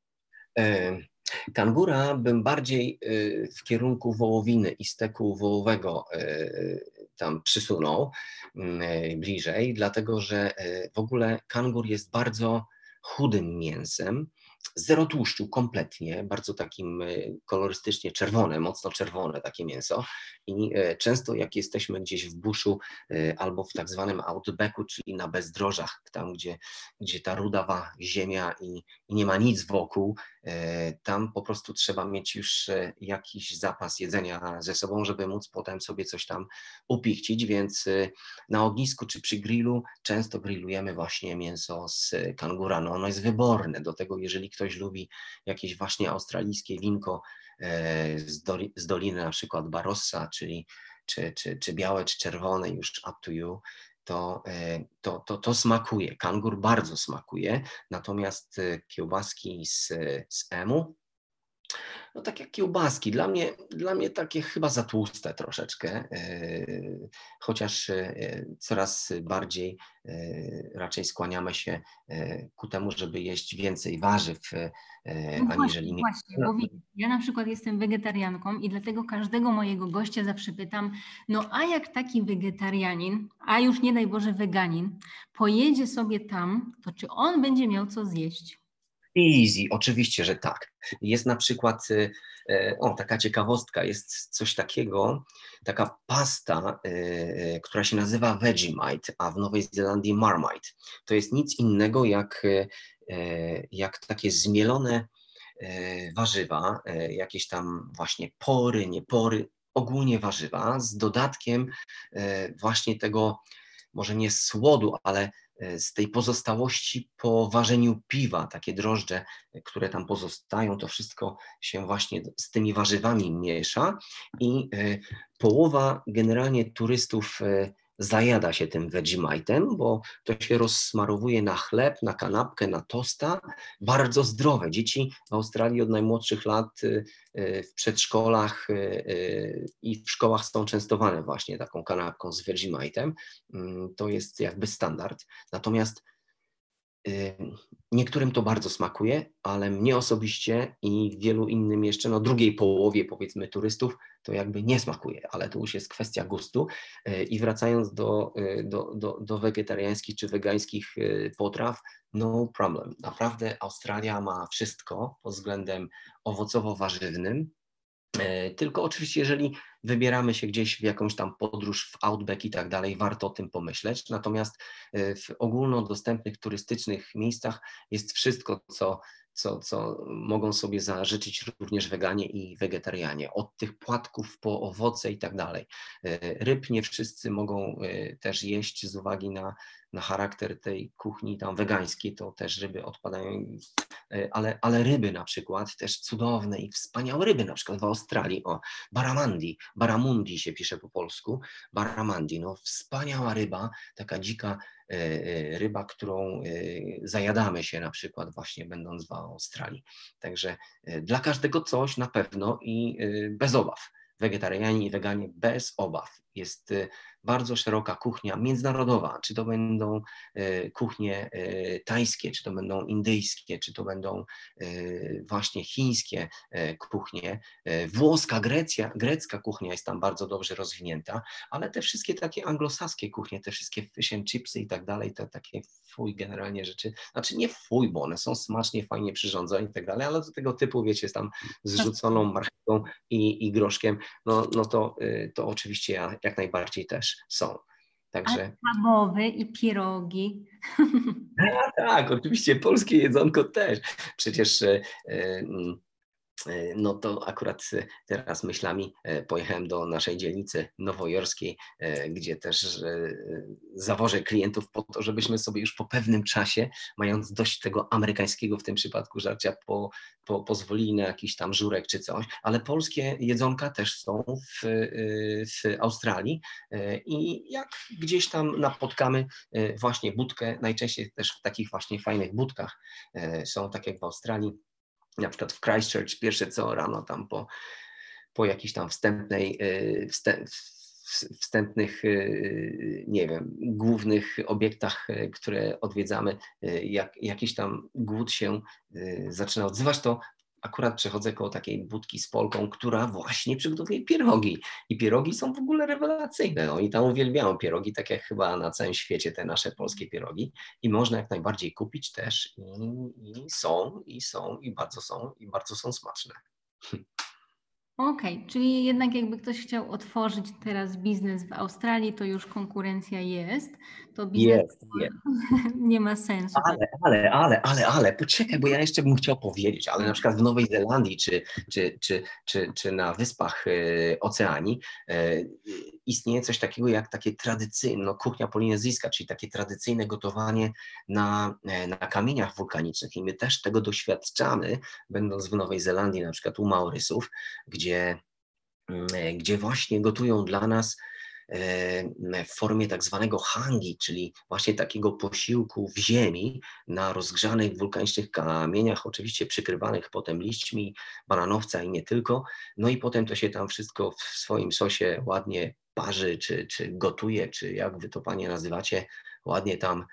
E Kangura bym bardziej w kierunku wołowiny i steku wołowego tam przysunął bliżej, dlatego że w ogóle kangur jest bardzo chudym mięsem, zero tłuszczu kompletnie, bardzo takim kolorystycznie czerwone, mocno czerwone takie mięso i często jak jesteśmy gdzieś w buszu albo w tak zwanym outbacku, czyli na bezdrożach, tam gdzie, gdzie ta rudawa ziemia i, i nie ma nic wokół, tam po prostu trzeba mieć już jakiś zapas jedzenia ze sobą, żeby móc potem sobie coś tam upichcić, więc na ognisku czy przy grillu często grillujemy właśnie mięso z kangura. No ono jest wyborne, do tego jeżeli ktoś lubi jakieś właśnie australijskie winko z, do, z doliny, na przykład Barossa, czyli czy, czy, czy białe, czy czerwone, już up to you, to, to, to, to smakuje. Kangur bardzo smakuje, natomiast kiełbaski z, z emu, no tak jak kiełbaski, dla mnie, dla mnie takie chyba za tłuste troszeczkę, chociaż coraz bardziej raczej skłaniamy się ku temu, żeby jeść więcej warzyw, No aniżeli... właśnie, właśnie, bo widzisz, ja na przykład jestem wegetarianką i dlatego każdego mojego gościa zawsze pytam, no a jak taki wegetarianin, a już nie daj Boże weganin, pojedzie sobie tam, to czy on będzie miał co zjeść? Easy, oczywiście, że tak. Jest na przykład, o taka ciekawostka, jest coś takiego, taka pasta, która się nazywa Vegemite, a w Nowej Zelandii Marmite. To jest nic innego jak, jak takie zmielone warzywa, jakieś tam właśnie pory, niepory, ogólnie warzywa z dodatkiem właśnie tego, może nie słodu, ale z tej pozostałości po ważeniu piwa, takie drożdże, które tam pozostają, to wszystko się właśnie z tymi warzywami miesza i połowa generalnie turystów zajada się tym Vegemite'em, bo to się rozsmarowuje na chleb, na kanapkę, na tosta. Bardzo zdrowe. Dzieci w Australii od najmłodszych lat w przedszkolach i w szkołach są częstowane właśnie taką kanapką z Vegemite'em. To jest jakby standard. Natomiast niektórym to bardzo smakuje, ale mnie osobiście i wielu innym jeszcze, no drugiej połowie powiedzmy turystów, to jakby nie smakuje, ale to już jest kwestia gustu. I wracając do, do, do, do wegetariańskich czy wegańskich potraw, no problem. Naprawdę Australia ma wszystko pod względem owocowo-warzywnym, tylko oczywiście jeżeli wybieramy się gdzieś w jakąś tam podróż w Outback i tak dalej, warto o tym pomyśleć. Natomiast w ogólnodostępnych turystycznych miejscach jest wszystko, co, co, co mogą sobie zażyczyć również weganie i wegetarianie. Od tych płatków po owoce i tak dalej. Ryb nie wszyscy mogą też jeść z uwagi na, na charakter tej kuchni tam wegańskiej, to też ryby odpadają, ale, ale ryby na przykład też cudowne i wspaniałe ryby, na przykład w Australii, o barramundi, barramundi się pisze po polsku, barramundi, no wspaniała ryba, taka dzika ryba, którą zajadamy się na przykład właśnie będąc w Australii. Także dla każdego coś na pewno i bez obaw. Wegetarianie i weganie bez obaw. Jest bardzo szeroka kuchnia międzynarodowa, czy to będą kuchnie tajskie, czy to będą indyjskie, czy to będą właśnie chińskie kuchnie. Włoska, Grecja, grecka kuchnia jest tam bardzo dobrze rozwinięta, ale te wszystkie takie anglosaskie kuchnie, te wszystkie fish and chipsy i tak dalej, to takie fuj generalnie rzeczy, znaczy nie fuj, bo one są smacznie, fajnie przyrządzone i tak dalej, ale do tego typu, wiecie, z tam zrzuconą marchewką i, i groszkiem, no, no to, to oczywiście ja, jak najbardziej też są. Także... A schabowy i pierogi. A, tak, oczywiście polskie jedzonko też. Przecież e, e, no to akurat teraz myślami pojechałem do naszej dzielnicy nowojorskiej, gdzie też zawożę klientów po to, żebyśmy sobie już po pewnym czasie, mając dość tego amerykańskiego w tym przypadku żarcia, po, po, pozwolili na jakiś tam żurek czy coś, ale polskie jedzonka też są w, w Australii i jak gdzieś tam napotkamy właśnie budkę, najczęściej też w takich właśnie fajnych budkach są, tak jak w Australii, na przykład w Christchurch, pierwsze co rano tam po, po jakiejś tam wstępnej, wstęp, wstępnych, nie wiem, głównych obiektach, które odwiedzamy, jak jakiś tam głód się zaczyna odzywać, to akurat przechodzę koło takiej budki z Polką, która właśnie przygotowuje pierogi. I pierogi są w ogóle rewelacyjne. Oni tam uwielbiają pierogi, tak jak chyba na całym świecie te nasze polskie pierogi. I można jak najbardziej kupić też. I, i są, i są, i bardzo są, i bardzo są smaczne. Okej, okay, czyli jednak jakby ktoś chciał otworzyć teraz biznes w Australii, to już konkurencja jest. To biznes Jest, jest. nie ma sensu. Ale, ale, ale, ale, ale, poczekaj, bo ja jeszcze bym chciał powiedzieć, ale na przykład w Nowej Zelandii czy, czy, czy, czy, czy na wyspach Oceanii istnieje coś takiego jak takie tradycyjne, no, kuchnia polinezyjska, czyli takie tradycyjne gotowanie na, na kamieniach wulkanicznych i my też tego doświadczamy, będąc w Nowej Zelandii, na przykład u Maorysów, gdzie, gdzie właśnie gotują dla nas w formie tak zwanego hangi, czyli właśnie takiego posiłku w ziemi na rozgrzanych wulkanicznych kamieniach, oczywiście przykrywanych potem liśćmi bananowca i nie tylko. No i potem to się tam wszystko w swoim sosie ładnie parzy, czy, czy gotuje, czy jak wy to panie nazywacie, ładnie tam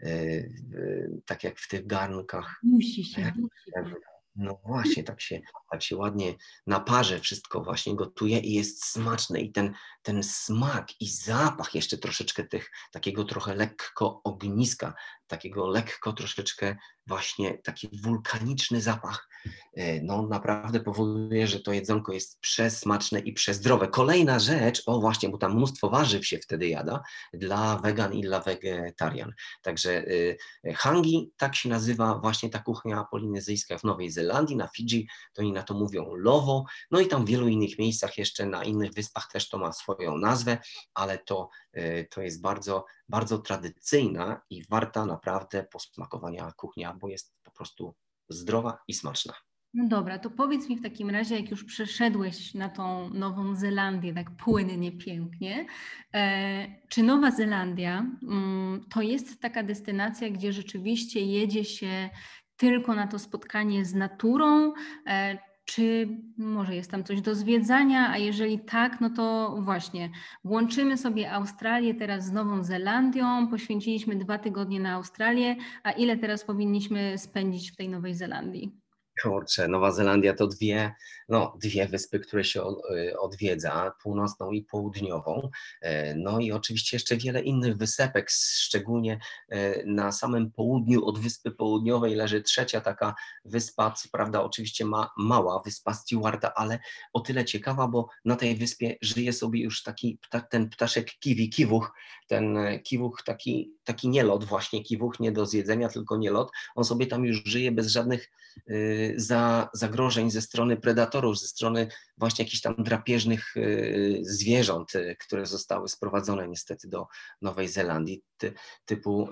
tak jak w tych garnkach. Musi się, musi. No właśnie, tak się, tak się ładnie na parze wszystko właśnie gotuje i jest smaczne i ten, ten smak i zapach jeszcze troszeczkę tych, takiego trochę lekko ogniska, takiego lekko troszeczkę właśnie taki wulkaniczny zapach, no naprawdę powoduje, że to jedzonko jest przesmaczne i przezdrowe. Kolejna rzecz, o właśnie, bo tam mnóstwo warzyw się wtedy jada dla wegan i dla wegetarian. Także hangi, tak się nazywa właśnie ta kuchnia polinezyjska w Nowej Zelandii, na Fidżi to oni na to mówią lowo, no i tam w wielu innych miejscach jeszcze na innych wyspach też to ma swoją nazwę, ale to, to jest bardzo, bardzo tradycyjna i warta naprawdę posmakowania kuchnia, bo jest po prostu zdrowa i smaczna. No dobra, to powiedz mi w takim razie, jak już przeszedłeś na tą Nową Zelandię tak płynnie, pięknie, e, czy Nowa Zelandia mm, to jest taka destynacja, gdzie rzeczywiście jedzie się tylko na to spotkanie z naturą, e, czy może jest tam coś do zwiedzania, a jeżeli tak, no to właśnie łączymy sobie Australię teraz z Nową Zelandią, poświęciliśmy dwa tygodnie na Australię, a ile teraz powinniśmy spędzić w tej Nowej Zelandii? Kurczę, Nowa Zelandia to dwie, no, dwie wyspy, które się o- y, odwiedza, północną i południową. E, No i oczywiście jeszcze wiele innych wysepek, szczególnie e, na samym południu od Wyspy Południowej leży trzecia taka wyspa, co prawda oczywiście ma, mała wyspa Stewarta, ale o tyle ciekawa, bo na tej wyspie żyje sobie już taki pta, ten ptaszek kiwi, kiwuch, ten e, kiwuch, taki, taki nielot właśnie, kiwuch nie do zjedzenia, tylko nielot. On sobie tam już żyje bez żadnych y, za zagrożeń ze strony predatorów, ze strony właśnie jakichś tam drapieżnych y, zwierząt, y, które zostały sprowadzone niestety do Nowej Zelandii, ty, typu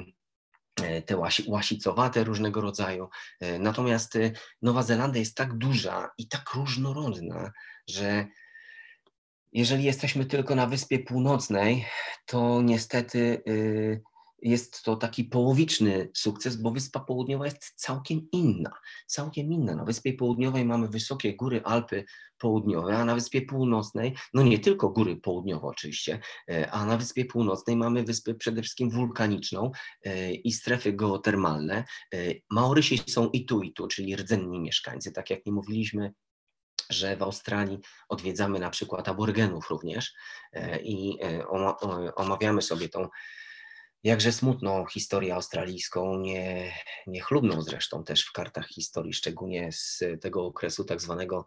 y, y, te łasi, łasicowate różnego rodzaju. Y, Natomiast y, Nowa Zelandia jest tak duża i tak różnorodna, że jeżeli jesteśmy tylko na Wyspie Północnej, to niestety y, jest to taki połowiczny sukces, bo Wyspa Południowa jest całkiem inna. Całkiem inna. Na Wyspie Południowej mamy wysokie góry Alpy Południowe, a na Wyspie Północnej, no nie tylko góry południowe oczywiście, y, a na Wyspie Północnej mamy wyspę przede wszystkim wulkaniczną y, i strefy geotermalne. Y, Maorysi są i tu, i tu, czyli rdzenni mieszkańcy, tak jak nie mówiliśmy, że w Australii odwiedzamy na przykład aborygenów również e, i e, oma- o- omawiamy sobie tą jakże smutną historię australijską, nie, niechlubną zresztą też w kartach historii, szczególnie z tego okresu tak zwanego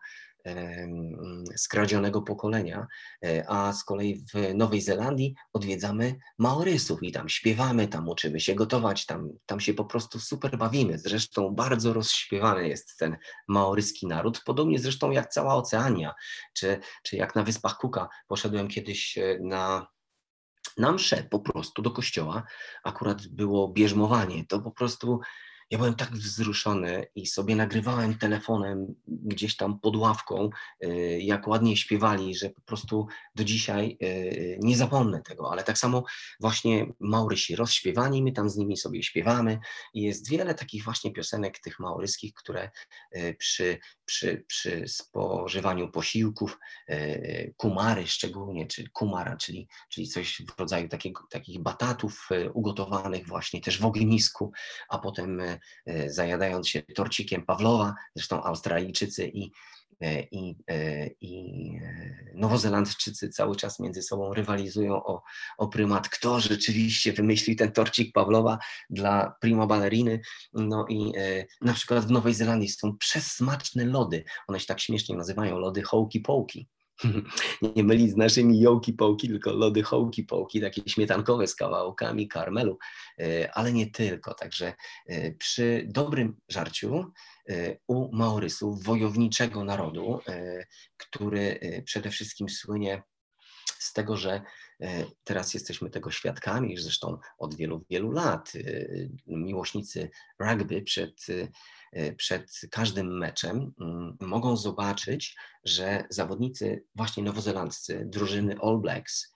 em, skradzionego pokolenia, E, a z kolei w Nowej Zelandii odwiedzamy Maorysów i tam śpiewamy, tam uczymy się gotować, tam, tam się po prostu super bawimy. Zresztą bardzo rozśpiewany jest ten maoryski naród, podobnie zresztą jak cała Oceania, czy, czy jak na Wyspach Cooka. Poszedłem kiedyś e, na na mszę po prostu do kościoła, akurat było bierzmowanie, to po prostu ja byłem tak wzruszony i sobie nagrywałem telefonem gdzieś tam pod ławką, y, jak ładnie śpiewali, że po prostu do dzisiaj y, nie zapomnę tego, ale tak samo właśnie Maurysi rozśpiewani, my tam z nimi sobie śpiewamy i jest wiele takich właśnie piosenek tych mauryskich, które y, przy, przy, przy spożywaniu posiłków, y, kumary szczególnie, czy kumara, czyli czyli coś w rodzaju takiego, takich batatów e, ugotowanych właśnie też w ognisku, a potem e, e, zajadając się torcikiem Pawlowa, zresztą Australijczycy i, e, i, e, i e, Nowozelandczycy cały czas między sobą rywalizują o, o prymat, kto rzeczywiście wymyślił ten torcik Pawlowa dla prima balleriny. No i e, na przykład w Nowej Zelandii są przesmaczne lody, one się tak śmiesznie nazywają, lody hokey pokey. Nie mylić z naszymi jołki-połki, tylko lody hołki-połki, takie śmietankowe z kawałkami karmelu, e, ale nie tylko. Także e, przy dobrym żarciu e, u Maorysów, wojowniczego narodu, e, który e, przede wszystkim słynie z tego, że e, teraz jesteśmy tego świadkami, zresztą od wielu, wielu lat. e, Miłośnicy rugby przed, e, przed każdym meczem mm, mogą zobaczyć, że zawodnicy właśnie nowozelandzcy, drużyny All Blacks,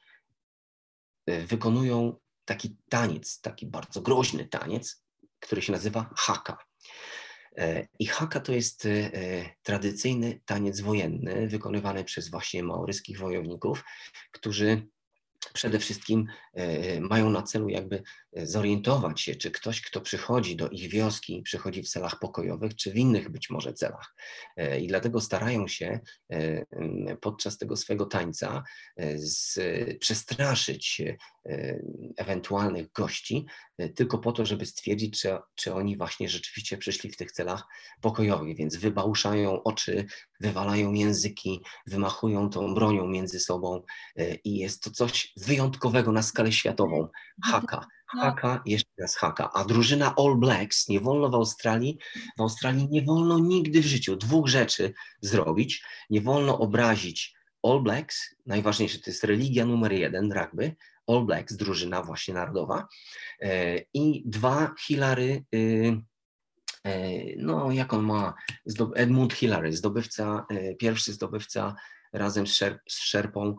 e, wykonują taki taniec, taki bardzo groźny taniec, który się nazywa haka. E, I haka to jest e, tradycyjny taniec wojenny wykonywany przez właśnie maoryskich wojowników, którzy przede wszystkim e, mają na celu jakby zorientować się, czy ktoś, kto przychodzi do ich wioski, przychodzi w celach pokojowych, czy w innych być może celach. E, I dlatego starają się e, podczas tego swego tańca e, z, przestraszyć e, ewentualnych gości, e, tylko po to, żeby stwierdzić, czy, czy oni właśnie rzeczywiście przyszli w tych celach pokojowych, więc wybałuszają oczy, wywalają języki, wymachują tą bronią między sobą e, i jest to coś wyjątkowego na skalę światową. Haka. No, Haka, jeszcze raz haka. A drużyna All Blacks, nie wolno w Australii, w Australii nie wolno nigdy w życiu dwóch rzeczy zrobić. Nie wolno obrazić All Blacks, najważniejsze to jest religia numer jeden, rugby, All Blacks, drużyna właśnie narodowa. E, I dwa, Hillary, y, no jak on ma, Edmund Hillary, zdobywca, pierwszy zdobywca razem z, Sher z Sherpą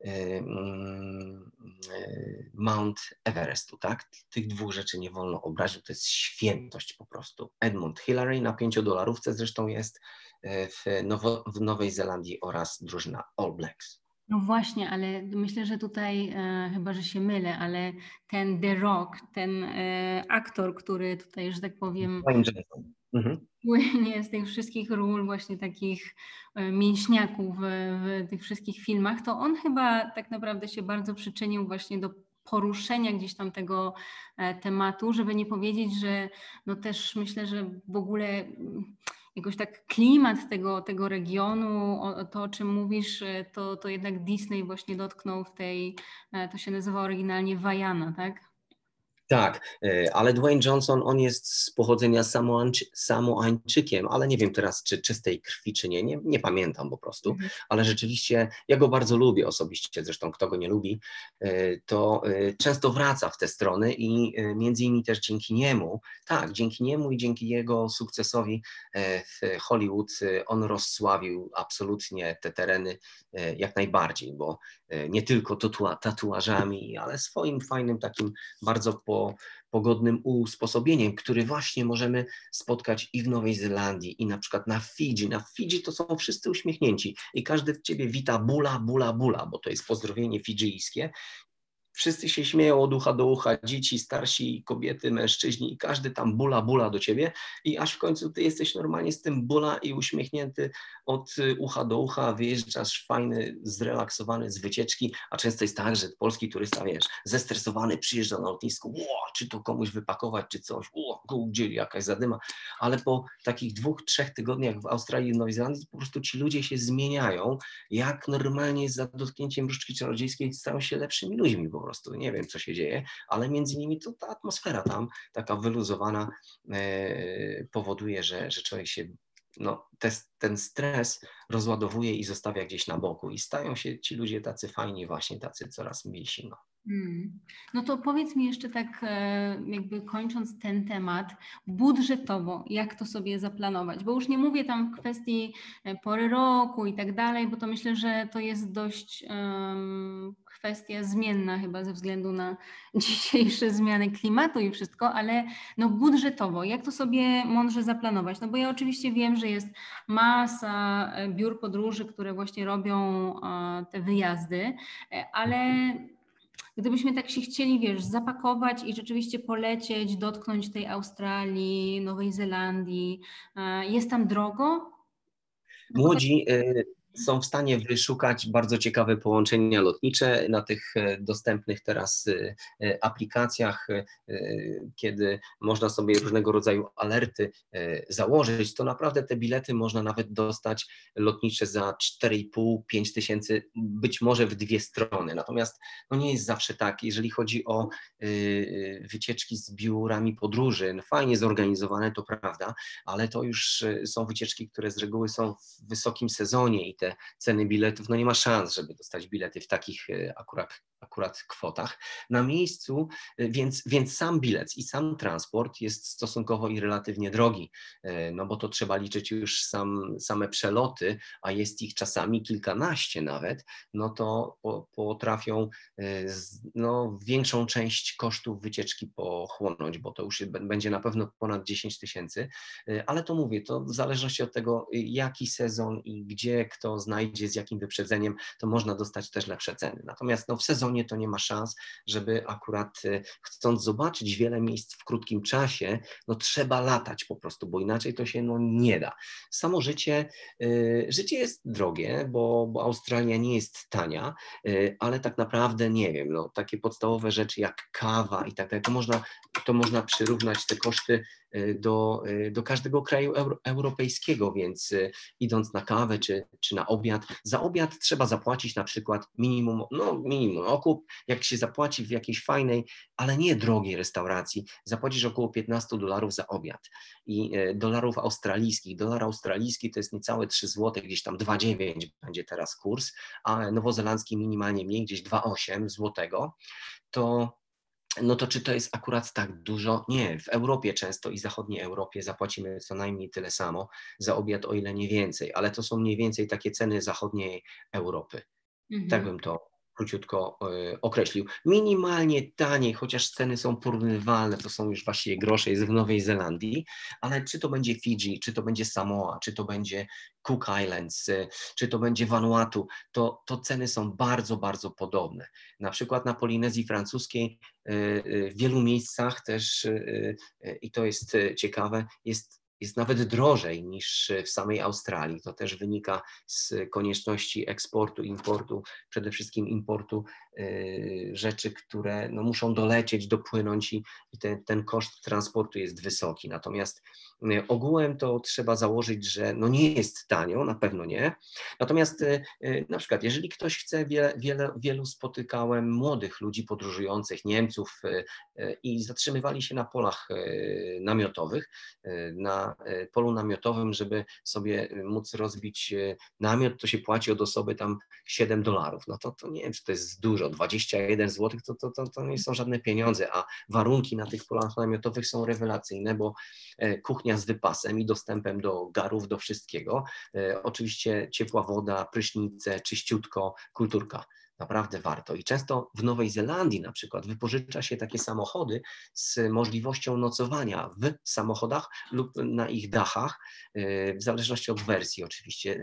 Mount Everestu, tak? Tych dwóch rzeczy nie wolno obrazić, to jest świętość po prostu. Edmund Hillary na pięciodolarówce zresztą jest w, Nowo w Nowej Zelandii oraz drużyna All Blacks. No właśnie, ale myślę, że tutaj, e, chyba że się mylę, ale ten The Rock, ten e, aktor, który tutaj, że tak powiem, mhm. płynie z tych wszystkich ról właśnie takich e, mięśniaków w, w tych wszystkich filmach, to on chyba tak naprawdę się bardzo przyczynił właśnie do poruszenia gdzieś tam tego e, tematu, żeby nie powiedzieć, że no też myślę, że w ogóle mm, jakoś tak klimat tego, tego regionu, o, to o czym mówisz, e, to, to jednak Disney właśnie dotknął w tej, e, to się nazywa oryginalnie Vaiana, tak? Tak, ale Dwayne Johnson, on jest z pochodzenia Samoańczy, Samoańczykiem, ale nie wiem teraz, czy czystej krwi, czy nie, nie, nie pamiętam po prostu, mhm. ale rzeczywiście ja go bardzo lubię osobiście, zresztą kto go nie lubi, to często wraca w te strony i między innymi też dzięki niemu, tak, dzięki niemu i dzięki jego sukcesowi w Hollywood on rozsławił absolutnie te tereny jak najbardziej, bo nie tylko tatua tatuażami, ale swoim fajnym takim bardzo po pogodnym usposobieniem, który właśnie możemy spotkać i w Nowej Zelandii, i na przykład na Fidżi. Na Fidżi to są wszyscy uśmiechnięci i każdy w ciebie wita bula, bula, bula, bo to jest pozdrowienie fidżyjskie. Wszyscy się śmieją od ucha do ucha, dzieci, starsi, kobiety, mężczyźni i każdy tam bula, bula do ciebie i aż w końcu ty jesteś normalnie z tym bula i uśmiechnięty od ucha do ucha, wyjeżdżasz fajny, zrelaksowany z wycieczki, a często jest tak, że polski turysta, wiesz, zestresowany przyjeżdża na lotnisko, ło, czy to komuś wypakować, czy coś, ło, gdzie jakaś zadyma, ale po takich dwóch, trzech tygodniach w Australii i Nowej Zelandii po prostu ci ludzie się zmieniają, jak normalnie za dotknięciem różdżki czarodziejskiej stają się lepszymi ludźmi po prostu, nie wiem co się dzieje, ale między innymi to ta atmosfera tam, taka wyluzowana e, powoduje, że, że człowiek się, no te, ten stres rozładowuje i zostawia gdzieś na boku i stają się ci ludzie tacy fajni właśnie, tacy coraz milsi, no. Hmm. No to powiedz mi jeszcze tak, e, jakby kończąc ten temat, budżetowo, jak to sobie zaplanować? Bo już nie mówię tam w kwestii pory roku i tak dalej, bo to myślę, że to jest dość um, kwestia zmienna chyba ze względu na dzisiejsze zmiany klimatu i wszystko, ale no budżetowo, jak to sobie mądrze zaplanować? No bo ja oczywiście wiem, że jest masa biur podróży, które właśnie robią e, te wyjazdy, ale gdybyśmy tak się chcieli, wiesz, zapakować i rzeczywiście polecieć, dotknąć tej Australii, Nowej Zelandii, jest tam drogo? No Młodzi są w stanie wyszukać bardzo ciekawe połączenia lotnicze na tych dostępnych teraz aplikacjach, kiedy można sobie różnego rodzaju alerty założyć, to naprawdę te bilety można nawet dostać lotnicze za cztery i pół do pięciu tysięcy, być może w dwie strony. Natomiast no nie jest zawsze tak, jeżeli chodzi o wycieczki z biurami podróży, no fajnie zorganizowane, to prawda, ale to już są wycieczki, które z reguły są w wysokim sezonie i te ceny biletów, no nie ma szans, żeby dostać bilety w takich akurat, akurat kwotach na miejscu, więc, więc sam bilet i sam transport jest stosunkowo i relatywnie drogi, no bo to trzeba liczyć już sam, same przeloty, a jest ich czasami kilkanaście nawet, no to po, potrafią no, większą część kosztów wycieczki pochłonąć, bo to już będzie na pewno ponad dziesięć tysięcy, ale to mówię, to w zależności od tego, jaki sezon i gdzie kto znajdzie, z jakim wyprzedzeniem, to można dostać też lepsze ceny. Natomiast no, w sezonie to nie ma szans, żeby akurat chcąc zobaczyć wiele miejsc w krótkim czasie, no trzeba latać po prostu, bo inaczej to się no, nie da. Samo życie, y, życie jest drogie, bo, bo Australia nie jest tania, y, ale tak naprawdę nie wiem, no, takie podstawowe rzeczy jak kawa i tak dalej, to można, to można przyrównać te koszty do, do każdego kraju euro, europejskiego, więc idąc na kawę czy, czy na obiad, za obiad trzeba zapłacić na przykład minimum, no minimum, okup, jak się zapłaci w jakiejś fajnej, ale nie drogiej restauracji, zapłacisz około piętnaście dolarów za obiad i dolarów australijskich, dolar australijski to jest niecałe trzy złote, gdzieś tam dwa dziewięć będzie teraz kurs, a nowozelandzki minimalnie mniej, gdzieś dwa osiem złotego, to no to czy to jest akurat tak dużo? Nie, w Europie często i zachodniej Europie zapłacimy co najmniej tyle samo za obiad, o ile nie więcej, ale to są mniej więcej takie ceny zachodniej Europy. Tak Mhm. bym to króciutko y, określił. Minimalnie taniej, chociaż ceny są porównywalne, to są już właściwie grosze, jest w Nowej Zelandii, ale czy to będzie Fidżi, czy to będzie Samoa, czy to będzie Cook Islands, y, czy to będzie Vanuatu, to, to ceny są bardzo, bardzo podobne. Na przykład na Polinezji Francuskiej y, y, w wielu miejscach też, y, y, i to jest y, ciekawe, jest jest nawet drożej niż w samej Australii. To też wynika z konieczności eksportu, importu, przede wszystkim importu y, rzeczy, które no, muszą dolecieć, dopłynąć i, i ten, ten koszt transportu jest wysoki. Natomiast y, ogółem to trzeba założyć, że no, nie jest tanio, na pewno nie. Natomiast y, y, na przykład, jeżeli ktoś chce, wiele, wiele, wielu spotykałem młodych ludzi podróżujących, Niemców y, y, i zatrzymywali się na polach y, namiotowych, y, na polu namiotowym, żeby sobie móc rozbić namiot, to się płaci od osoby tam siedem dolarów. No to, to nie wiem, czy to jest dużo, dwadzieścia jeden złotych to, to, to, to nie są żadne pieniądze, a warunki na tych polach namiotowych są rewelacyjne, bo kuchnia z wypasem i dostępem do garów, do wszystkiego. Oczywiście ciepła woda, prysznice, czyściutko, kulturka. Naprawdę warto. I często w Nowej Zelandii na przykład wypożycza się takie samochody z możliwością nocowania w samochodach lub na ich dachach, w zależności od wersji oczywiście.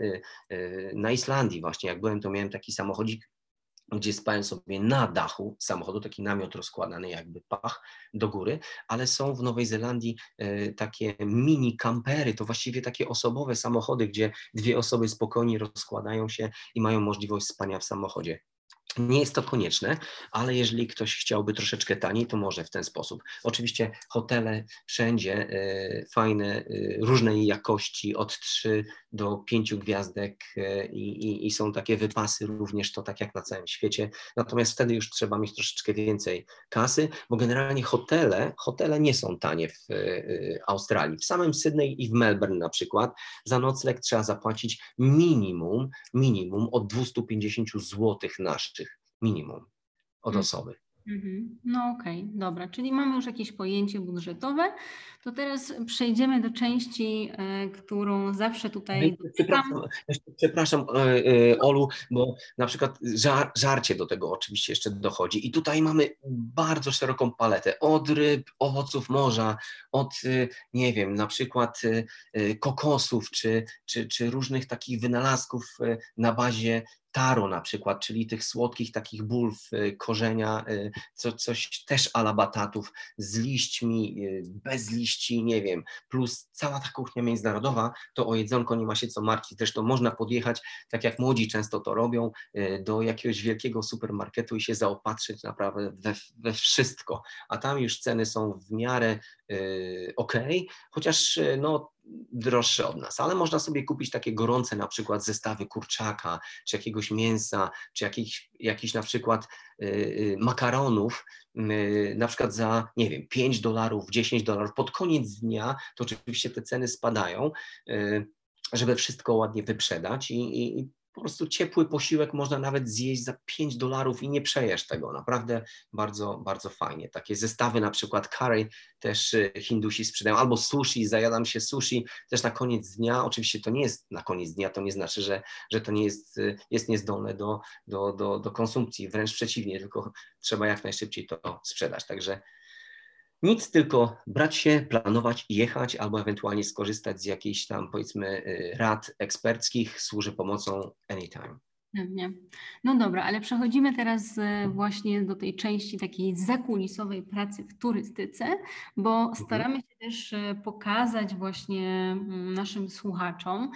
Na Islandii właśnie, jak byłem, to miałem taki samochodzik, gdzie spałem sobie na dachu samochodu, taki namiot rozkładany jakby pach do góry, ale są w Nowej Zelandii takie mini kampery, to właściwie takie osobowe samochody, gdzie dwie osoby spokojnie rozkładają się i mają możliwość spania w samochodzie. Nie jest to konieczne, ale jeżeli ktoś chciałby troszeczkę taniej, to może w ten sposób. Oczywiście hotele wszędzie y, fajne, y, różnej jakości, od trzech do pięciu gwiazdek y, i, i są takie wypasy również, to tak jak na całym świecie. Natomiast wtedy już trzeba mieć troszeczkę więcej kasy, bo generalnie hotele, hotele nie są tanie w y, Australii. W samym Sydney i w Melbourne na przykład za nocleg trzeba zapłacić minimum, minimum od dwieście pięćdziesiąt złotych naszych. Minimum od osoby. Mm-hmm. No okej, okay, dobra, czyli mamy już jakieś pojęcie budżetowe, to teraz przejdziemy do części, e, którą zawsze tutaj Przepraszam, przepraszam Olu, bo na przykład żar, żarcie do tego oczywiście jeszcze dochodzi i tutaj mamy bardzo szeroką paletę od ryb, owoców morza, od nie wiem, na przykład kokosów czy, czy, czy różnych takich wynalazków na bazie taro na przykład, czyli tych słodkich takich bulw, korzenia, co, coś też a la batatów z liśćmi, bez liści, nie wiem, plus cała ta kuchnia międzynarodowa, to o jedzonko nie ma się co martwić. Zresztą można podjechać, tak jak młodzi często to robią, do jakiegoś wielkiego supermarketu i się zaopatrzyć naprawdę we, we wszystko, a tam już ceny są w miarę yy, okej, okay, chociaż no droższe od nas, ale można sobie kupić takie gorące na przykład zestawy kurczaka, czy jakiegoś mięsa, czy jakichś, jakichś na przykład yy, makaronów, yy, na przykład za, nie wiem, pięć dolarów, dziesięć dolarów, pod koniec dnia to oczywiście te ceny spadają, yy, żeby wszystko ładnie wyprzedać i, i, i po prostu ciepły posiłek można nawet zjeść za pięć dolarów i nie przejesz tego. Naprawdę bardzo, bardzo fajnie. Takie zestawy na przykład curry też Hindusi sprzedają, albo sushi, zajadam się sushi też na koniec dnia. Oczywiście to nie jest na koniec dnia, to nie znaczy, że, że to nie jest, jest niezdolne do, do, do, do konsumpcji, wręcz przeciwnie, tylko trzeba jak najszybciej to sprzedać. Także nic, tylko brać się, planować i jechać, albo ewentualnie skorzystać z jakichś tam, powiedzmy, rad eksperckich, służy pomocą anytime. Pewnie. No dobra, ale przechodzimy teraz właśnie do tej części takiej zakulisowej pracy w turystyce, bo staramy się też pokazać właśnie naszym słuchaczom,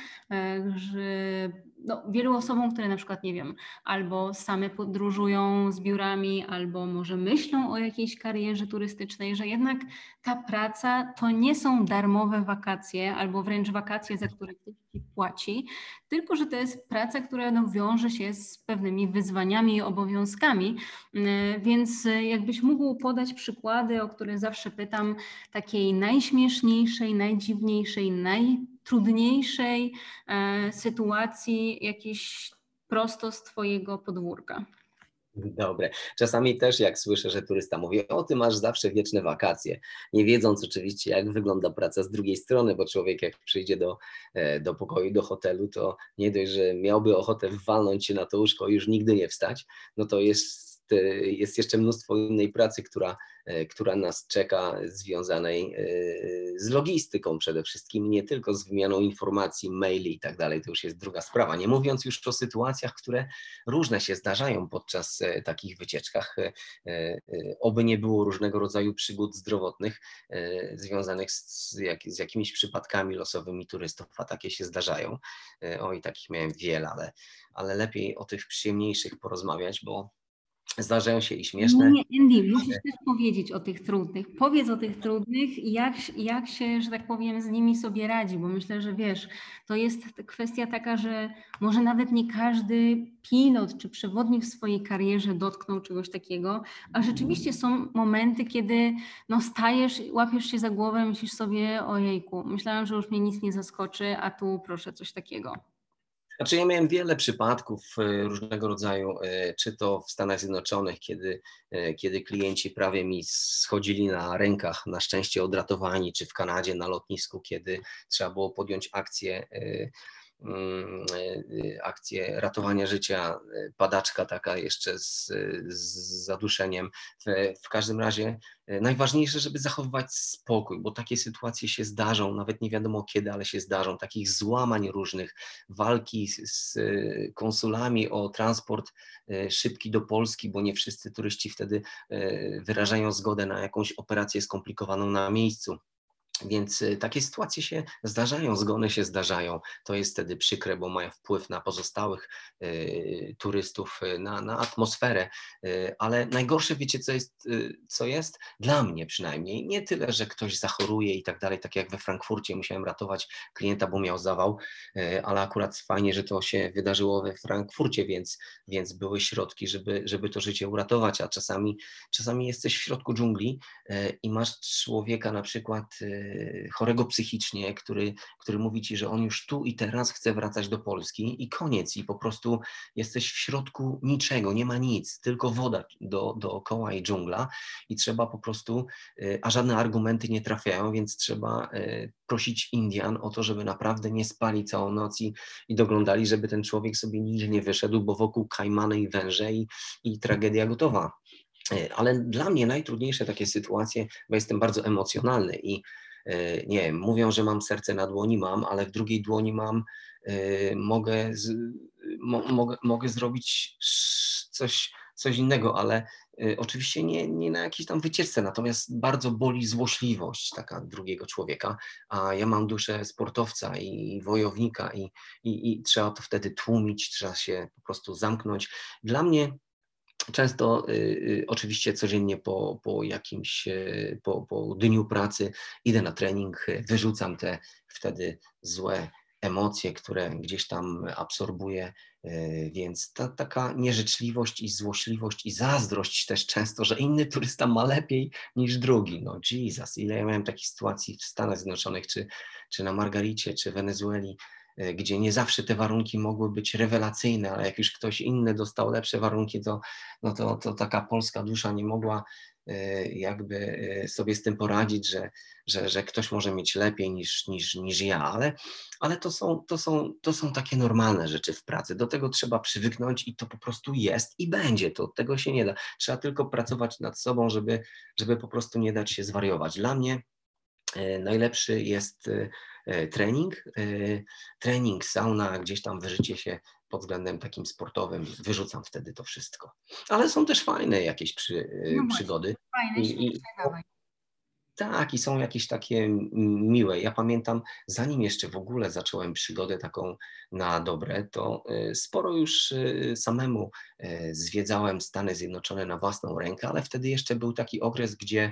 że no, wielu osobom, które na przykład, nie wiem, albo same podróżują z biurami, albo może myślą o jakiejś karierze turystycznej, że jednak ta praca to nie są darmowe wakacje, albo wręcz wakacje, za które ktoś ci płaci, tylko że to jest praca, która no, wiąże się z pewnymi wyzwaniami i obowiązkami, więc jakbyś mógł podać przykłady, o które zawsze pytam, takiej najśmieszniejszej, najdziwniejszej, najtrudniejszej e, sytuacji, jakiejś prosto z twojego podwórka. Dobre. Czasami też jak słyszę, że turysta mówi, o ty masz zawsze wieczne wakacje, nie wiedząc oczywiście jak wygląda praca z drugiej strony, bo człowiek jak przyjdzie do, e, do pokoju, do hotelu, to nie dość, że miałby ochotę walnąć się na to łóżko i już nigdy nie wstać, no to jest, e, jest jeszcze mnóstwo innej pracy, która, e, która nas czeka, związanej e, z logistyką przede wszystkim, nie tylko z wymianą informacji, maili i tak dalej, to już jest druga sprawa, nie mówiąc już o sytuacjach, które różne się zdarzają podczas e, takich wycieczkach. E, e, Oby nie było różnego rodzaju przygód zdrowotnych e, związanych z, jak, z jakimiś przypadkami losowymi turystów, a takie się zdarzają. E, Oj, takich miałem wiele, ale, ale lepiej o tych przyjemniejszych porozmawiać, bo zdarzają się i śmieszne. Nie, Andy, musisz też powiedzieć o tych trudnych. Powiedz o tych trudnych i jak, jak się, że tak powiem, z nimi sobie radzi, bo myślę, że wiesz, to jest kwestia taka, że może nawet nie każdy pilot czy przewodnik w swojej karierze dotknął czegoś takiego, a rzeczywiście są momenty, kiedy no stajesz, łapiesz się za głowę, myślisz sobie, ojejku, myślałam, że już mnie nic nie zaskoczy, a tu proszę coś takiego. Znaczy ja miałem wiele przypadków e, różnego rodzaju, e, czy to w Stanach Zjednoczonych, kiedy, e, kiedy klienci prawie mi schodzili na rękach, na szczęście odratowani, czy w Kanadzie na lotnisku, kiedy trzeba było podjąć akcję, e, mm, e, akcję ratowania życia, e, padaczka taka jeszcze z, z zaduszeniem. W, w każdym razie e, najważniejsze, żeby zachowywać spokój, bo takie sytuacje się zdarzą, nawet nie wiadomo kiedy, ale się zdarzą, takich złamań różnych, walki z, z konsulami o transport e, szybki do Polski, bo nie wszyscy turyści wtedy e, wyrażają zgodę na jakąś operację skomplikowaną na miejscu. Więc y, takie sytuacje się zdarzają, zgony się zdarzają. To jest wtedy przykre, bo mają wpływ na pozostałych y, turystów, y, na, na atmosferę. Y, ale najgorsze, wiecie, co jest, y, co jest? Dla mnie przynajmniej. Nie tyle, że ktoś zachoruje i tak dalej, tak jak we Frankfurcie musiałem ratować klienta, bo miał zawał, y, ale akurat fajnie, że to się wydarzyło we Frankfurcie, więc, więc były środki, żeby, żeby to życie uratować. A czasami, czasami jesteś w środku dżungli y, i masz człowieka na przykład y, chorego psychicznie, który, który mówi ci, że on już tu i teraz chce wracać do Polski i koniec. I po prostu jesteś w środku niczego, nie ma nic, tylko woda do, dookoła i dżungla i trzeba po prostu, a żadne argumenty nie trafiają, więc trzeba prosić Indian o to, żeby naprawdę nie spali całą noc i, i doglądali, żeby ten człowiek sobie nigdzie nie wyszedł, bo wokół kajmany i węże i, i tragedia gotowa. Ale dla mnie najtrudniejsze takie sytuacje, bo jestem bardzo emocjonalny i nie wiem, mówią, że mam serce na dłoni, mam, ale w drugiej dłoni mam, mogę, z, mo, mogę, mogę zrobić coś, coś innego, ale oczywiście nie, nie na jakiejś tam wycieczce, natomiast bardzo boli złośliwość taka drugiego człowieka, a ja mam duszę sportowca i wojownika i, i, i trzeba to wtedy tłumić, trzeba się po prostu zamknąć. Dla mnie często y, y, oczywiście codziennie po, po jakimś, y, po, po dniu pracy idę na trening, wyrzucam te wtedy złe emocje, które gdzieś tam absorbuję, y, więc ta taka nieżyczliwość i złośliwość i zazdrość też często, że inny turysta ma lepiej niż drugi. No Jesus, ile ja miałem takich sytuacji w Stanach Zjednoczonych, czy, czy na Margaricie, czy Wenezueli, gdzie nie zawsze te warunki mogły być rewelacyjne, ale jak już ktoś inny dostał lepsze warunki, to, no to, to taka polska dusza nie mogła jakby sobie z tym poradzić, że, że, że ktoś może mieć lepiej niż, niż, niż ja, ale, ale to, są, to, są, to są takie normalne rzeczy w pracy. Do tego trzeba przywyknąć i to po prostu jest i będzie, to od tego się nie da. Trzeba tylko pracować nad sobą, żeby, żeby po prostu nie dać się zwariować. Dla mnie najlepszy jest trening, trening, sauna, gdzieś tam wyżycie się pod względem takim sportowym, wyrzucam wtedy to wszystko. Ale są też fajne jakieś przy, No przygody. właśnie, fajne, I, i, dawaj. tak, i są jakieś takie miłe. Ja pamiętam, zanim jeszcze w ogóle zacząłem przygodę taką na dobre, to sporo już samemu zwiedzałem Stany Zjednoczone na własną rękę, ale wtedy jeszcze był taki okres, gdzie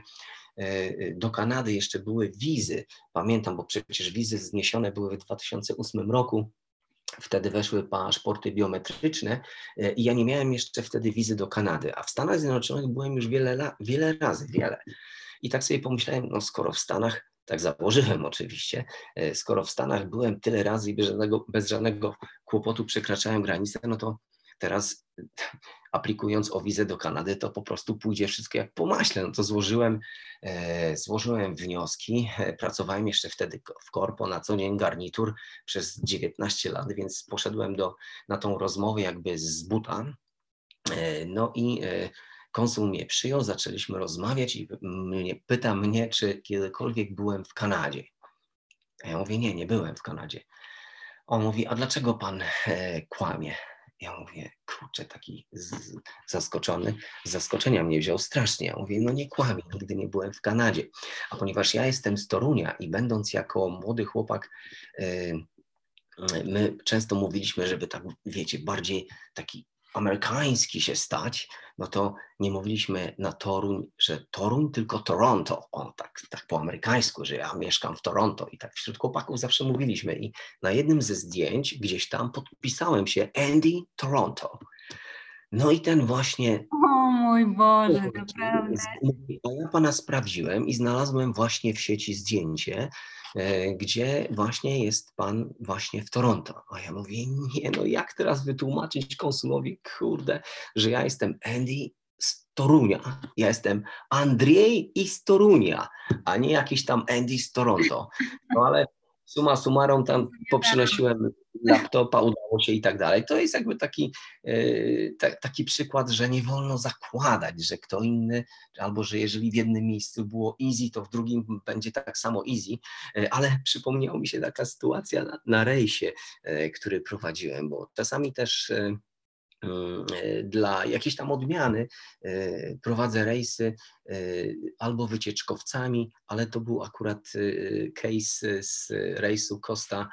do Kanady jeszcze były wizy. Pamiętam, bo przecież wizy zniesione były w dwa tysiące ósmym roku. Wtedy weszły paszporty biometryczne i ja nie miałem jeszcze wtedy wizy do Kanady, a w Stanach Zjednoczonych byłem już wiele, wiele razy, wiele. I tak sobie pomyślałem, no skoro w Stanach, tak założyłem oczywiście, skoro w Stanach byłem tyle razy i bez żadnego, bez żadnego kłopotu przekraczałem granicę, no to teraz aplikując o wizę do Kanady, to po prostu pójdzie wszystko jak po maśle. No to złożyłem, e, złożyłem wnioski, e, pracowałem jeszcze wtedy w korpo, na co dzień garnitur przez dziewiętnaście lat, więc poszedłem do, na tą rozmowę jakby z buta. E, no i e, konsul mnie przyjął, zaczęliśmy rozmawiać i mnie, pyta mnie, czy kiedykolwiek byłem w Kanadzie. A ja mówię, nie, nie byłem w Kanadzie. On mówi, a dlaczego pan e, kłamie? Ja mówię, kurczę, taki z, zaskoczony, z zaskoczenia mnie wziął strasznie. Ja mówię, no nie kłamię, nigdy nie byłem w Kanadzie. A ponieważ ja jestem z Torunia i będąc jako młody chłopak, e, my często mówiliśmy, żeby tak, wiecie, bardziej taki amerykański się stać, no to nie mówiliśmy na Toruń, że Toruń, tylko Toronto. O, tak, tak po amerykańsku, że ja mieszkam w Toronto i tak wśród chłopaków zawsze mówiliśmy. I na jednym ze zdjęć gdzieś tam podpisałem się Andy Toronto. No i ten właśnie... O mój Boże, naprawdę. A ja pana sprawdziłem i znalazłem właśnie w sieci zdjęcie, gdzie właśnie jest pan właśnie w Toronto. A ja mówię, nie, no jak teraz wytłumaczyć konsulowi, kurde, że ja jestem Andy z Torunia, ja jestem Andrzej i z Torunia, a nie jakiś tam Andy z Toronto. No ale summa summarum tam poprzynosiłem laptopa, udało się i tak dalej. To jest jakby taki, t- taki przykład, że nie wolno zakładać, że kto inny, albo że jeżeli w jednym miejscu było easy, to w drugim będzie tak samo easy, ale przypomniała mi się taka sytuacja na, na rejsie, który prowadziłem, bo czasami też dla jakiejś tam odmiany prowadzę rejsy albo wycieczkowcami, ale to był akurat case z rejsu Costa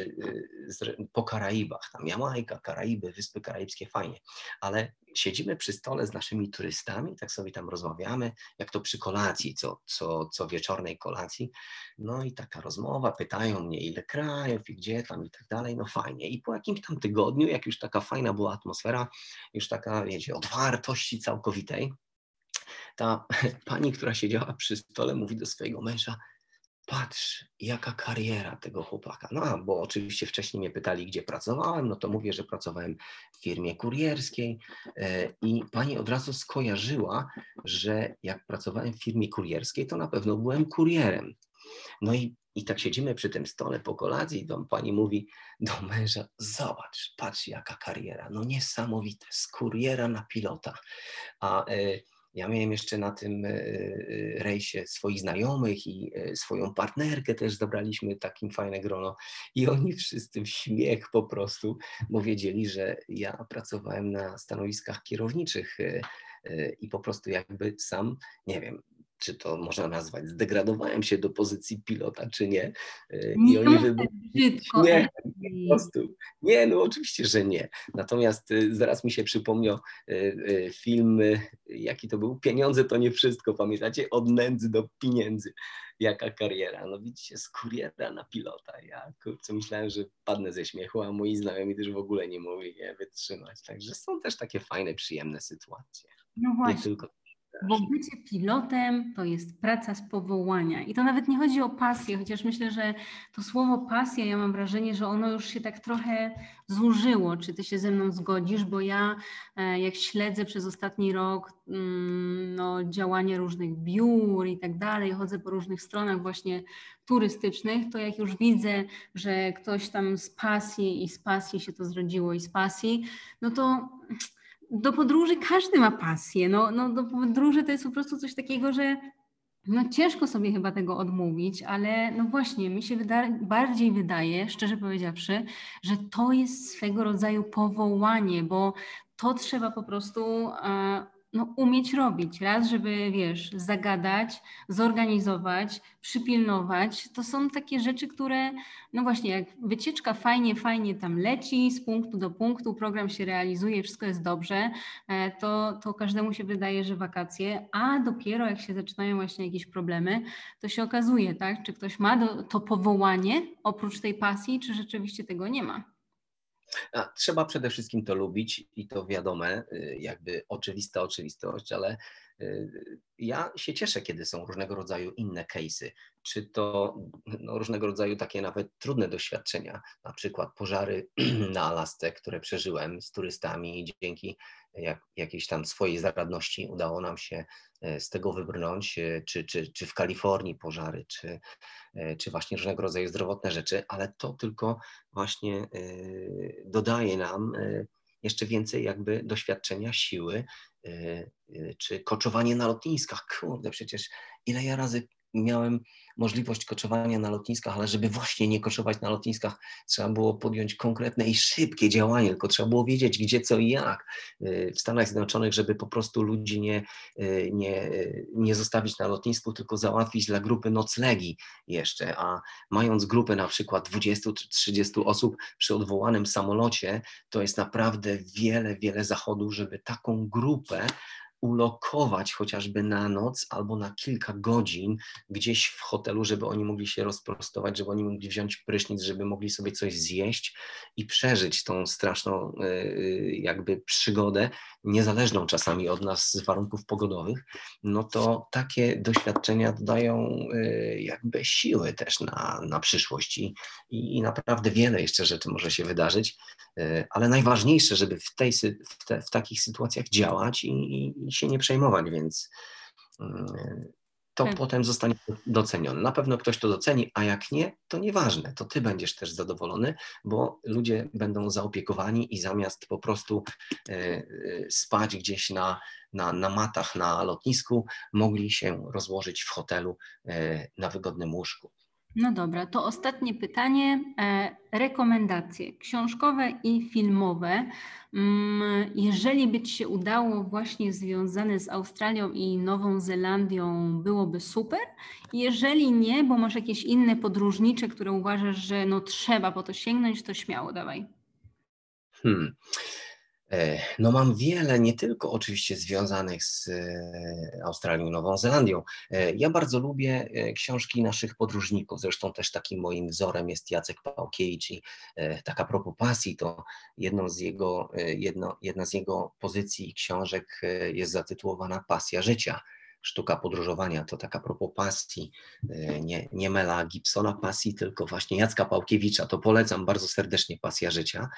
po Karaibach, tam Jamajka, Karaiby, Wyspy Karaibskie, fajnie, ale siedzimy przy stole z naszymi turystami, tak sobie tam rozmawiamy, jak to przy kolacji, co, co, co wieczornej kolacji, no i taka rozmowa, pytają mnie ile krajów i gdzie tam i tak dalej, no fajnie i po jakimś tam tygodniu, jak już taka fajna była atmosfera, już taka, wiecie, otwartości całkowitej, ta pani, która siedziała przy stole, mówi do swojego męża, patrz, jaka kariera tego chłopaka. No, a bo oczywiście wcześniej mnie pytali, gdzie pracowałem, no to mówię, że pracowałem w firmie kurierskiej i pani od razu skojarzyła, że jak pracowałem w firmie kurierskiej, to na pewno byłem kurierem. No i, i tak siedzimy przy tym stole po kolacji i pani mówi do męża, zobacz, patrz jaka kariera, no niesamowite, z kuriera na pilota. A y, ja miałem jeszcze na tym rejsie swoich znajomych i swoją partnerkę też zabraliśmy, takim fajne grono i oni wszyscy w śmiech po prostu, bo wiedzieli, że ja pracowałem na stanowiskach kierowniczych i po prostu jakby sam, nie wiem, czy to można nazwać, zdegradowałem się do pozycji pilota, czy nie. I nie oni wybuchli śmiechem po prostu. Nie, no oczywiście, że nie. Natomiast zaraz mi się przypomniał film, jaki to był? Pieniądze to nie wszystko, pamiętacie? Od nędzy do pieniędzy. Jaka kariera. No widzicie, z kuriera na pilota. Ja kurczę, myślałem, że padnę ze śmiechu, a moi znajomi też w ogóle nie mogli je wytrzymać. Także są też takie fajne, przyjemne sytuacje. No właśnie. Nie tylko Bo bycie pilotem to jest praca z powołania i to nawet nie chodzi o pasję, chociaż myślę, że to słowo pasja, ja mam wrażenie, że ono już się tak trochę zużyło. Czy ty się ze mną zgodzisz? Bo ja jak śledzę przez ostatni rok no, działania różnych biur i tak dalej, chodzę po różnych stronach właśnie turystycznych, to jak już widzę, że ktoś tam z pasji i z pasji się to zrodziło i z pasji, no to... Do podróży każdy ma pasję. No, no, do podróży to jest po prostu coś takiego, że no ciężko sobie chyba tego odmówić, ale no właśnie, mi się wyda- bardziej wydaje, szczerze powiedziawszy, że to jest swego rodzaju powołanie, bo to trzeba po prostu e, no, umieć robić. Raz, żeby wiesz, zagadać, zorganizować, przypilnować. To są takie rzeczy, które, no właśnie, jak wycieczka fajnie, fajnie tam leci z punktu do punktu, program się realizuje, wszystko jest dobrze, e, to, to każdemu się wydaje, że wakacje, a dopiero jak się zaczynają właśnie jakieś problemy, to się okazuje, tak, czy ktoś ma do, to powołanie oprócz tej pasji, czy rzeczywiście tego nie ma. A, trzeba przede wszystkim to lubić i to wiadome, y, jakby oczywista oczywistość, ale y, ja się cieszę, kiedy są różnego rodzaju inne case'y, czy to no, różnego rodzaju takie nawet trudne doświadczenia, na przykład pożary na Alasce, które przeżyłem z turystami i dzięki jak, jakiejś tam swojej zaradności udało nam się e, z tego wybrnąć, e, czy, czy, czy w Kalifornii pożary, czy, e, czy właśnie różnego rodzaju zdrowotne rzeczy, ale to tylko właśnie e, dodaje nam e, jeszcze więcej jakby doświadczenia, siły, e, e, czy koczowanie na lotniskach. Kurde, przecież ile ja razy miałem możliwość koczowania na lotniskach, ale żeby właśnie nie koczować na lotniskach, trzeba było podjąć konkretne i szybkie działanie, tylko trzeba było wiedzieć gdzie, co i jak. W Stanach Zjednoczonych, żeby po prostu ludzi nie, nie, nie zostawić na lotnisku, tylko załatwić dla grupy noclegi jeszcze, a mając grupę na przykład dwudziestu czy trzydziestu osób przy odwołanym samolocie, to jest naprawdę wiele, wiele zachodów, żeby taką grupę ulokować chociażby na noc albo na kilka godzin gdzieś w hotelu, żeby oni mogli się rozprostować, żeby oni mogli wziąć prysznic, żeby mogli sobie coś zjeść i przeżyć tą straszną jakby przygodę, niezależną czasami od nas z warunków pogodowych, no to takie doświadczenia dodają jakby siły też na, na przyszłość i, i naprawdę wiele jeszcze rzeczy może się wydarzyć, ale najważniejsze, żeby w, tej, w, te, w takich sytuacjach działać i, i się nie przejmować, więc to tak. Potem zostanie docenione. Na pewno ktoś to doceni, a jak nie, to nieważne, to ty będziesz też zadowolony, bo ludzie będą zaopiekowani i zamiast po prostu spać gdzieś na, na, na matach na lotnisku, mogli się rozłożyć w hotelu na wygodnym łóżku. No dobra, to ostatnie pytanie. E, rekomendacje książkowe i filmowe. Jeżeli by Ci się udało właśnie związane z Australią i Nową Zelandią, byłoby super. Jeżeli nie, bo masz jakieś inne podróżnicze, które uważasz, że no trzeba po to sięgnąć, to śmiało dawaj. Hmm. No mam wiele, nie tylko oczywiście związanych z Australią i Nową Zelandią. Ja bardzo lubię książki naszych podróżników, zresztą też takim moim wzorem jest Jacek Pałkiewicz i tak a propos pasji, to jedną z jego, jedno, jedna z jego pozycji książek jest zatytułowana Pasja życia. Sztuka podróżowania, to tak a propos pasji, nie, nie Mela Gibsona pasji, tylko właśnie Jacka Pałkiewicza, to polecam bardzo serdecznie Pasja życia.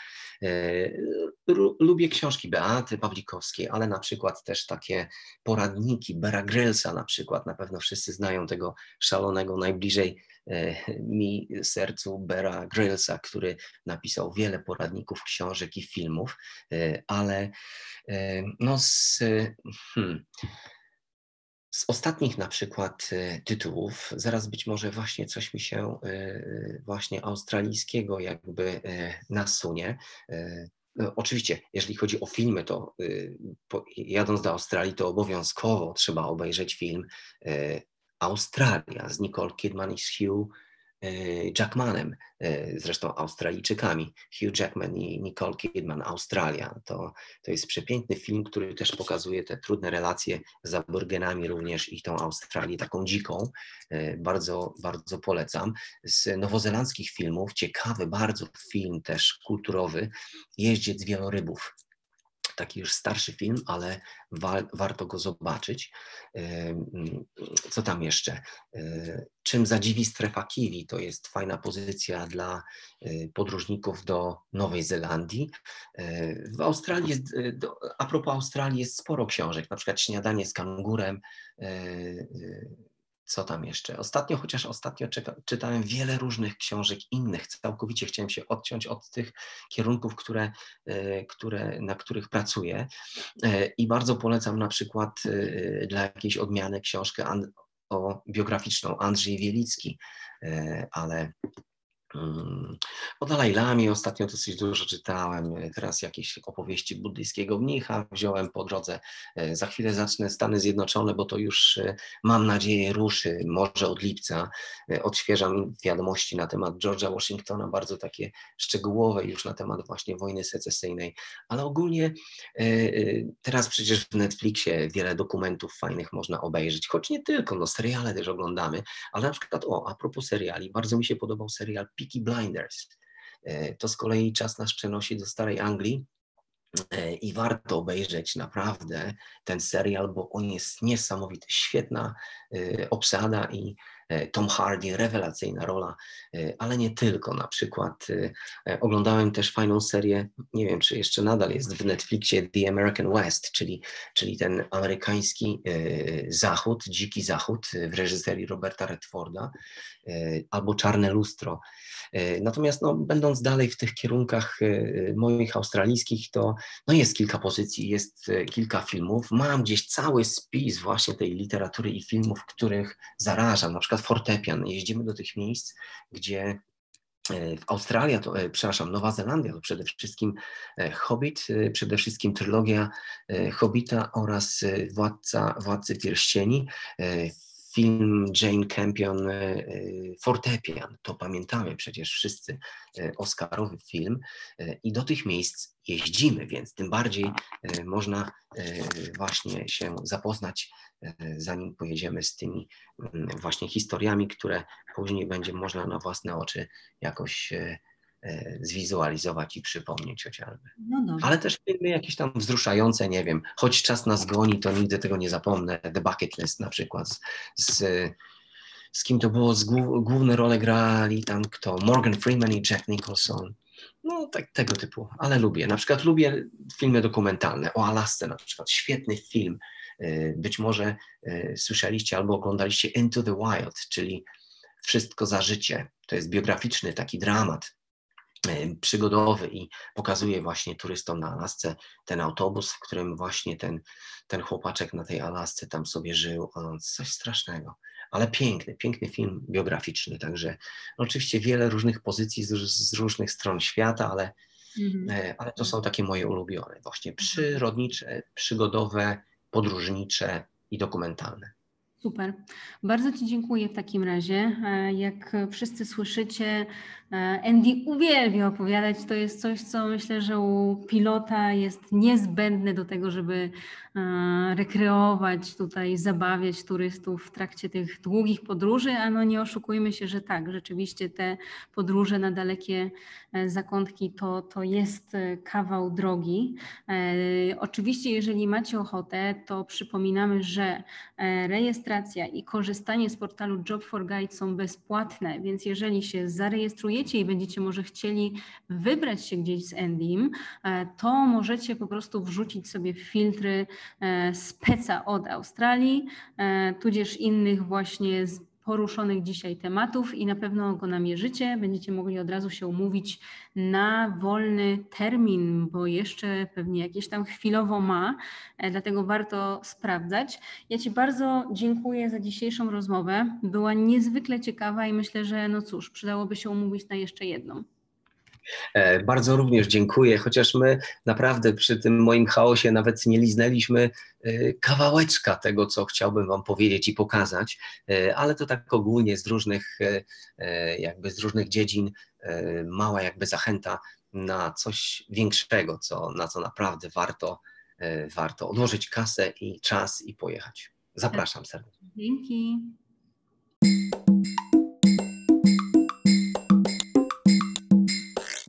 Lubię książki Beaty Pawlikowskiej, ale na przykład też takie poradniki Beara Grylsa na przykład, na pewno wszyscy znają tego szalonego, najbliżej mi sercu Beara Grylsa, który napisał wiele poradników, książek i filmów, ale no z... Hmm, Z ostatnich na przykład tytułów, zaraz być może właśnie coś mi się właśnie australijskiego jakby nasunie. No, oczywiście, jeżeli chodzi o filmy, to jadąc do Australii, to obowiązkowo trzeba obejrzeć film Australia z Nicole Kidman i z Hugh Jackmanem, zresztą Australijczykami. Hugh Jackman i Nicole Kidman, Australia. To, to jest przepiękny film, który też pokazuje te trudne relacje z aborygenami również i tą Australię taką dziką. Bardzo, bardzo polecam. Z nowozelandzkich filmów ciekawy bardzo film też kulturowy Jeździec wielorybów. Taki już starszy film, ale wa warto go zobaczyć. Co tam jeszcze? Czym zadziwi strefa kiwi? To jest fajna pozycja dla podróżników do Nowej Zelandii. W Australii jest, a propos Australii jest sporo książek, na przykład Śniadanie z kangurem. Co tam jeszcze? Ostatnio, chociaż ostatnio czytałem wiele różnych książek innych, całkowicie chciałem się odciąć od tych kierunków, które, które, na których pracuję i bardzo polecam na przykład dla jakiejś odmiany książkę o biograficzną Andrzej Wielicki, ale o Dalaj Lamie ostatnio dosyć dużo czytałem, teraz jakieś opowieści buddyjskiego mnicha wziąłem po drodze. Za chwilę zacznę Stany Zjednoczone, bo to już mam nadzieję ruszy, może od lipca. Odświeżam wiadomości na temat George'a Washingtona, bardzo takie szczegółowe już na temat właśnie wojny secesyjnej, ale ogólnie teraz przecież w Netflixie wiele dokumentów fajnych można obejrzeć, choć nie tylko, no seriale też oglądamy, ale na przykład o, a propos seriali, bardzo mi się podobał serial Peaky Blinders. To z kolei czas nas przenosi do starej Anglii i warto obejrzeć naprawdę ten serial, bo on jest niesamowity, świetna obsada i Tom Hardy, rewelacyjna rola, ale nie tylko. Na przykład oglądałem też fajną serię, nie wiem, czy jeszcze nadal jest w Netflixie, The American West, czyli, czyli ten amerykański zachód, dziki zachód w reżyserii Roberta Redforda, albo Czarne lustro. Natomiast no, będąc dalej w tych kierunkach moich australijskich, to no, jest kilka pozycji, jest kilka filmów. Mam gdzieś cały spis właśnie tej literatury i filmów, których zarażam, na przykład fortepian. Jeździmy do tych miejsc, gdzie w Australii, to, przepraszam, Nowa Zelandia to przede wszystkim Hobbit, przede wszystkim trylogia Hobbita oraz Władca, Władcy Pierścieni. Film Jane Campion, Fortepian, to pamiętamy przecież wszyscy, oscarowy film i do tych miejsc jeździmy, więc tym bardziej można właśnie się zapoznać, zanim pojedziemy z tymi właśnie historiami, które później będzie można na własne oczy jakoś zwizualizować i przypomnieć chociażby. No dobrze. Ale też filmy jakieś tam wzruszające, nie wiem, Choć czas nas goni, to nigdy tego nie zapomnę, The Bucket List na przykład, z, z, z kim to było, z głów, główne role grali tam kto, Morgan Freeman i Jack Nicholson, no tak, tego typu, ale lubię, na przykład lubię filmy dokumentalne, o Alasce na przykład, świetny film, być może słyszeliście albo oglądaliście Into the Wild, czyli Wszystko za życie, to jest biograficzny taki dramat, przygodowy i pokazuje właśnie turystom na Alasce ten autobus, w którym właśnie ten, ten chłopaczek na tej Alasce tam sobie żył, on coś strasznego, ale piękny, piękny film biograficzny, także oczywiście wiele różnych pozycji z, z różnych stron świata, ale, mhm. ale to są takie moje ulubione, właśnie przyrodnicze, przygodowe, podróżnicze i dokumentalne. Super. Bardzo Ci dziękuję w takim razie. Jak wszyscy słyszycie, Andy uwielbia opowiadać. To jest coś, co myślę, że u pilota jest niezbędne do tego, żeby rekreować tutaj, zabawiać turystów w trakcie tych długich podróży, a no nie oszukujmy się, że tak, rzeczywiście te podróże na dalekie zakątki to, to jest kawał drogi. Oczywiście, jeżeli macie ochotę, to przypominamy, że rejestracja i korzystanie z portalu Job for Guide są bezpłatne, więc jeżeli się zarejestrujecie i będziecie może chcieli wybrać się gdzieś z Andym, to możecie po prostu wrzucić sobie filtry speca od Australii, tudzież innych właśnie z poruszonych dzisiaj tematów i na pewno go namierzycie. Będziecie mogli od razu się umówić na wolny termin, bo jeszcze pewnie jakieś tam chwilowo ma, dlatego warto sprawdzać. Ja Ci bardzo dziękuję za dzisiejszą rozmowę. Była niezwykle ciekawa i myślę, że no cóż, przydałoby się umówić na jeszcze jedną. Bardzo również dziękuję, chociaż my naprawdę przy tym moim chaosie nawet nie liznęliśmy kawałeczka tego, co chciałbym Wam powiedzieć i pokazać, ale to tak ogólnie z różnych, jakby z różnych dziedzin mała jakby zachęta na coś większego, co, na co naprawdę warto, warto odłożyć kasę i czas i pojechać. Zapraszam serdecznie. Dzięki.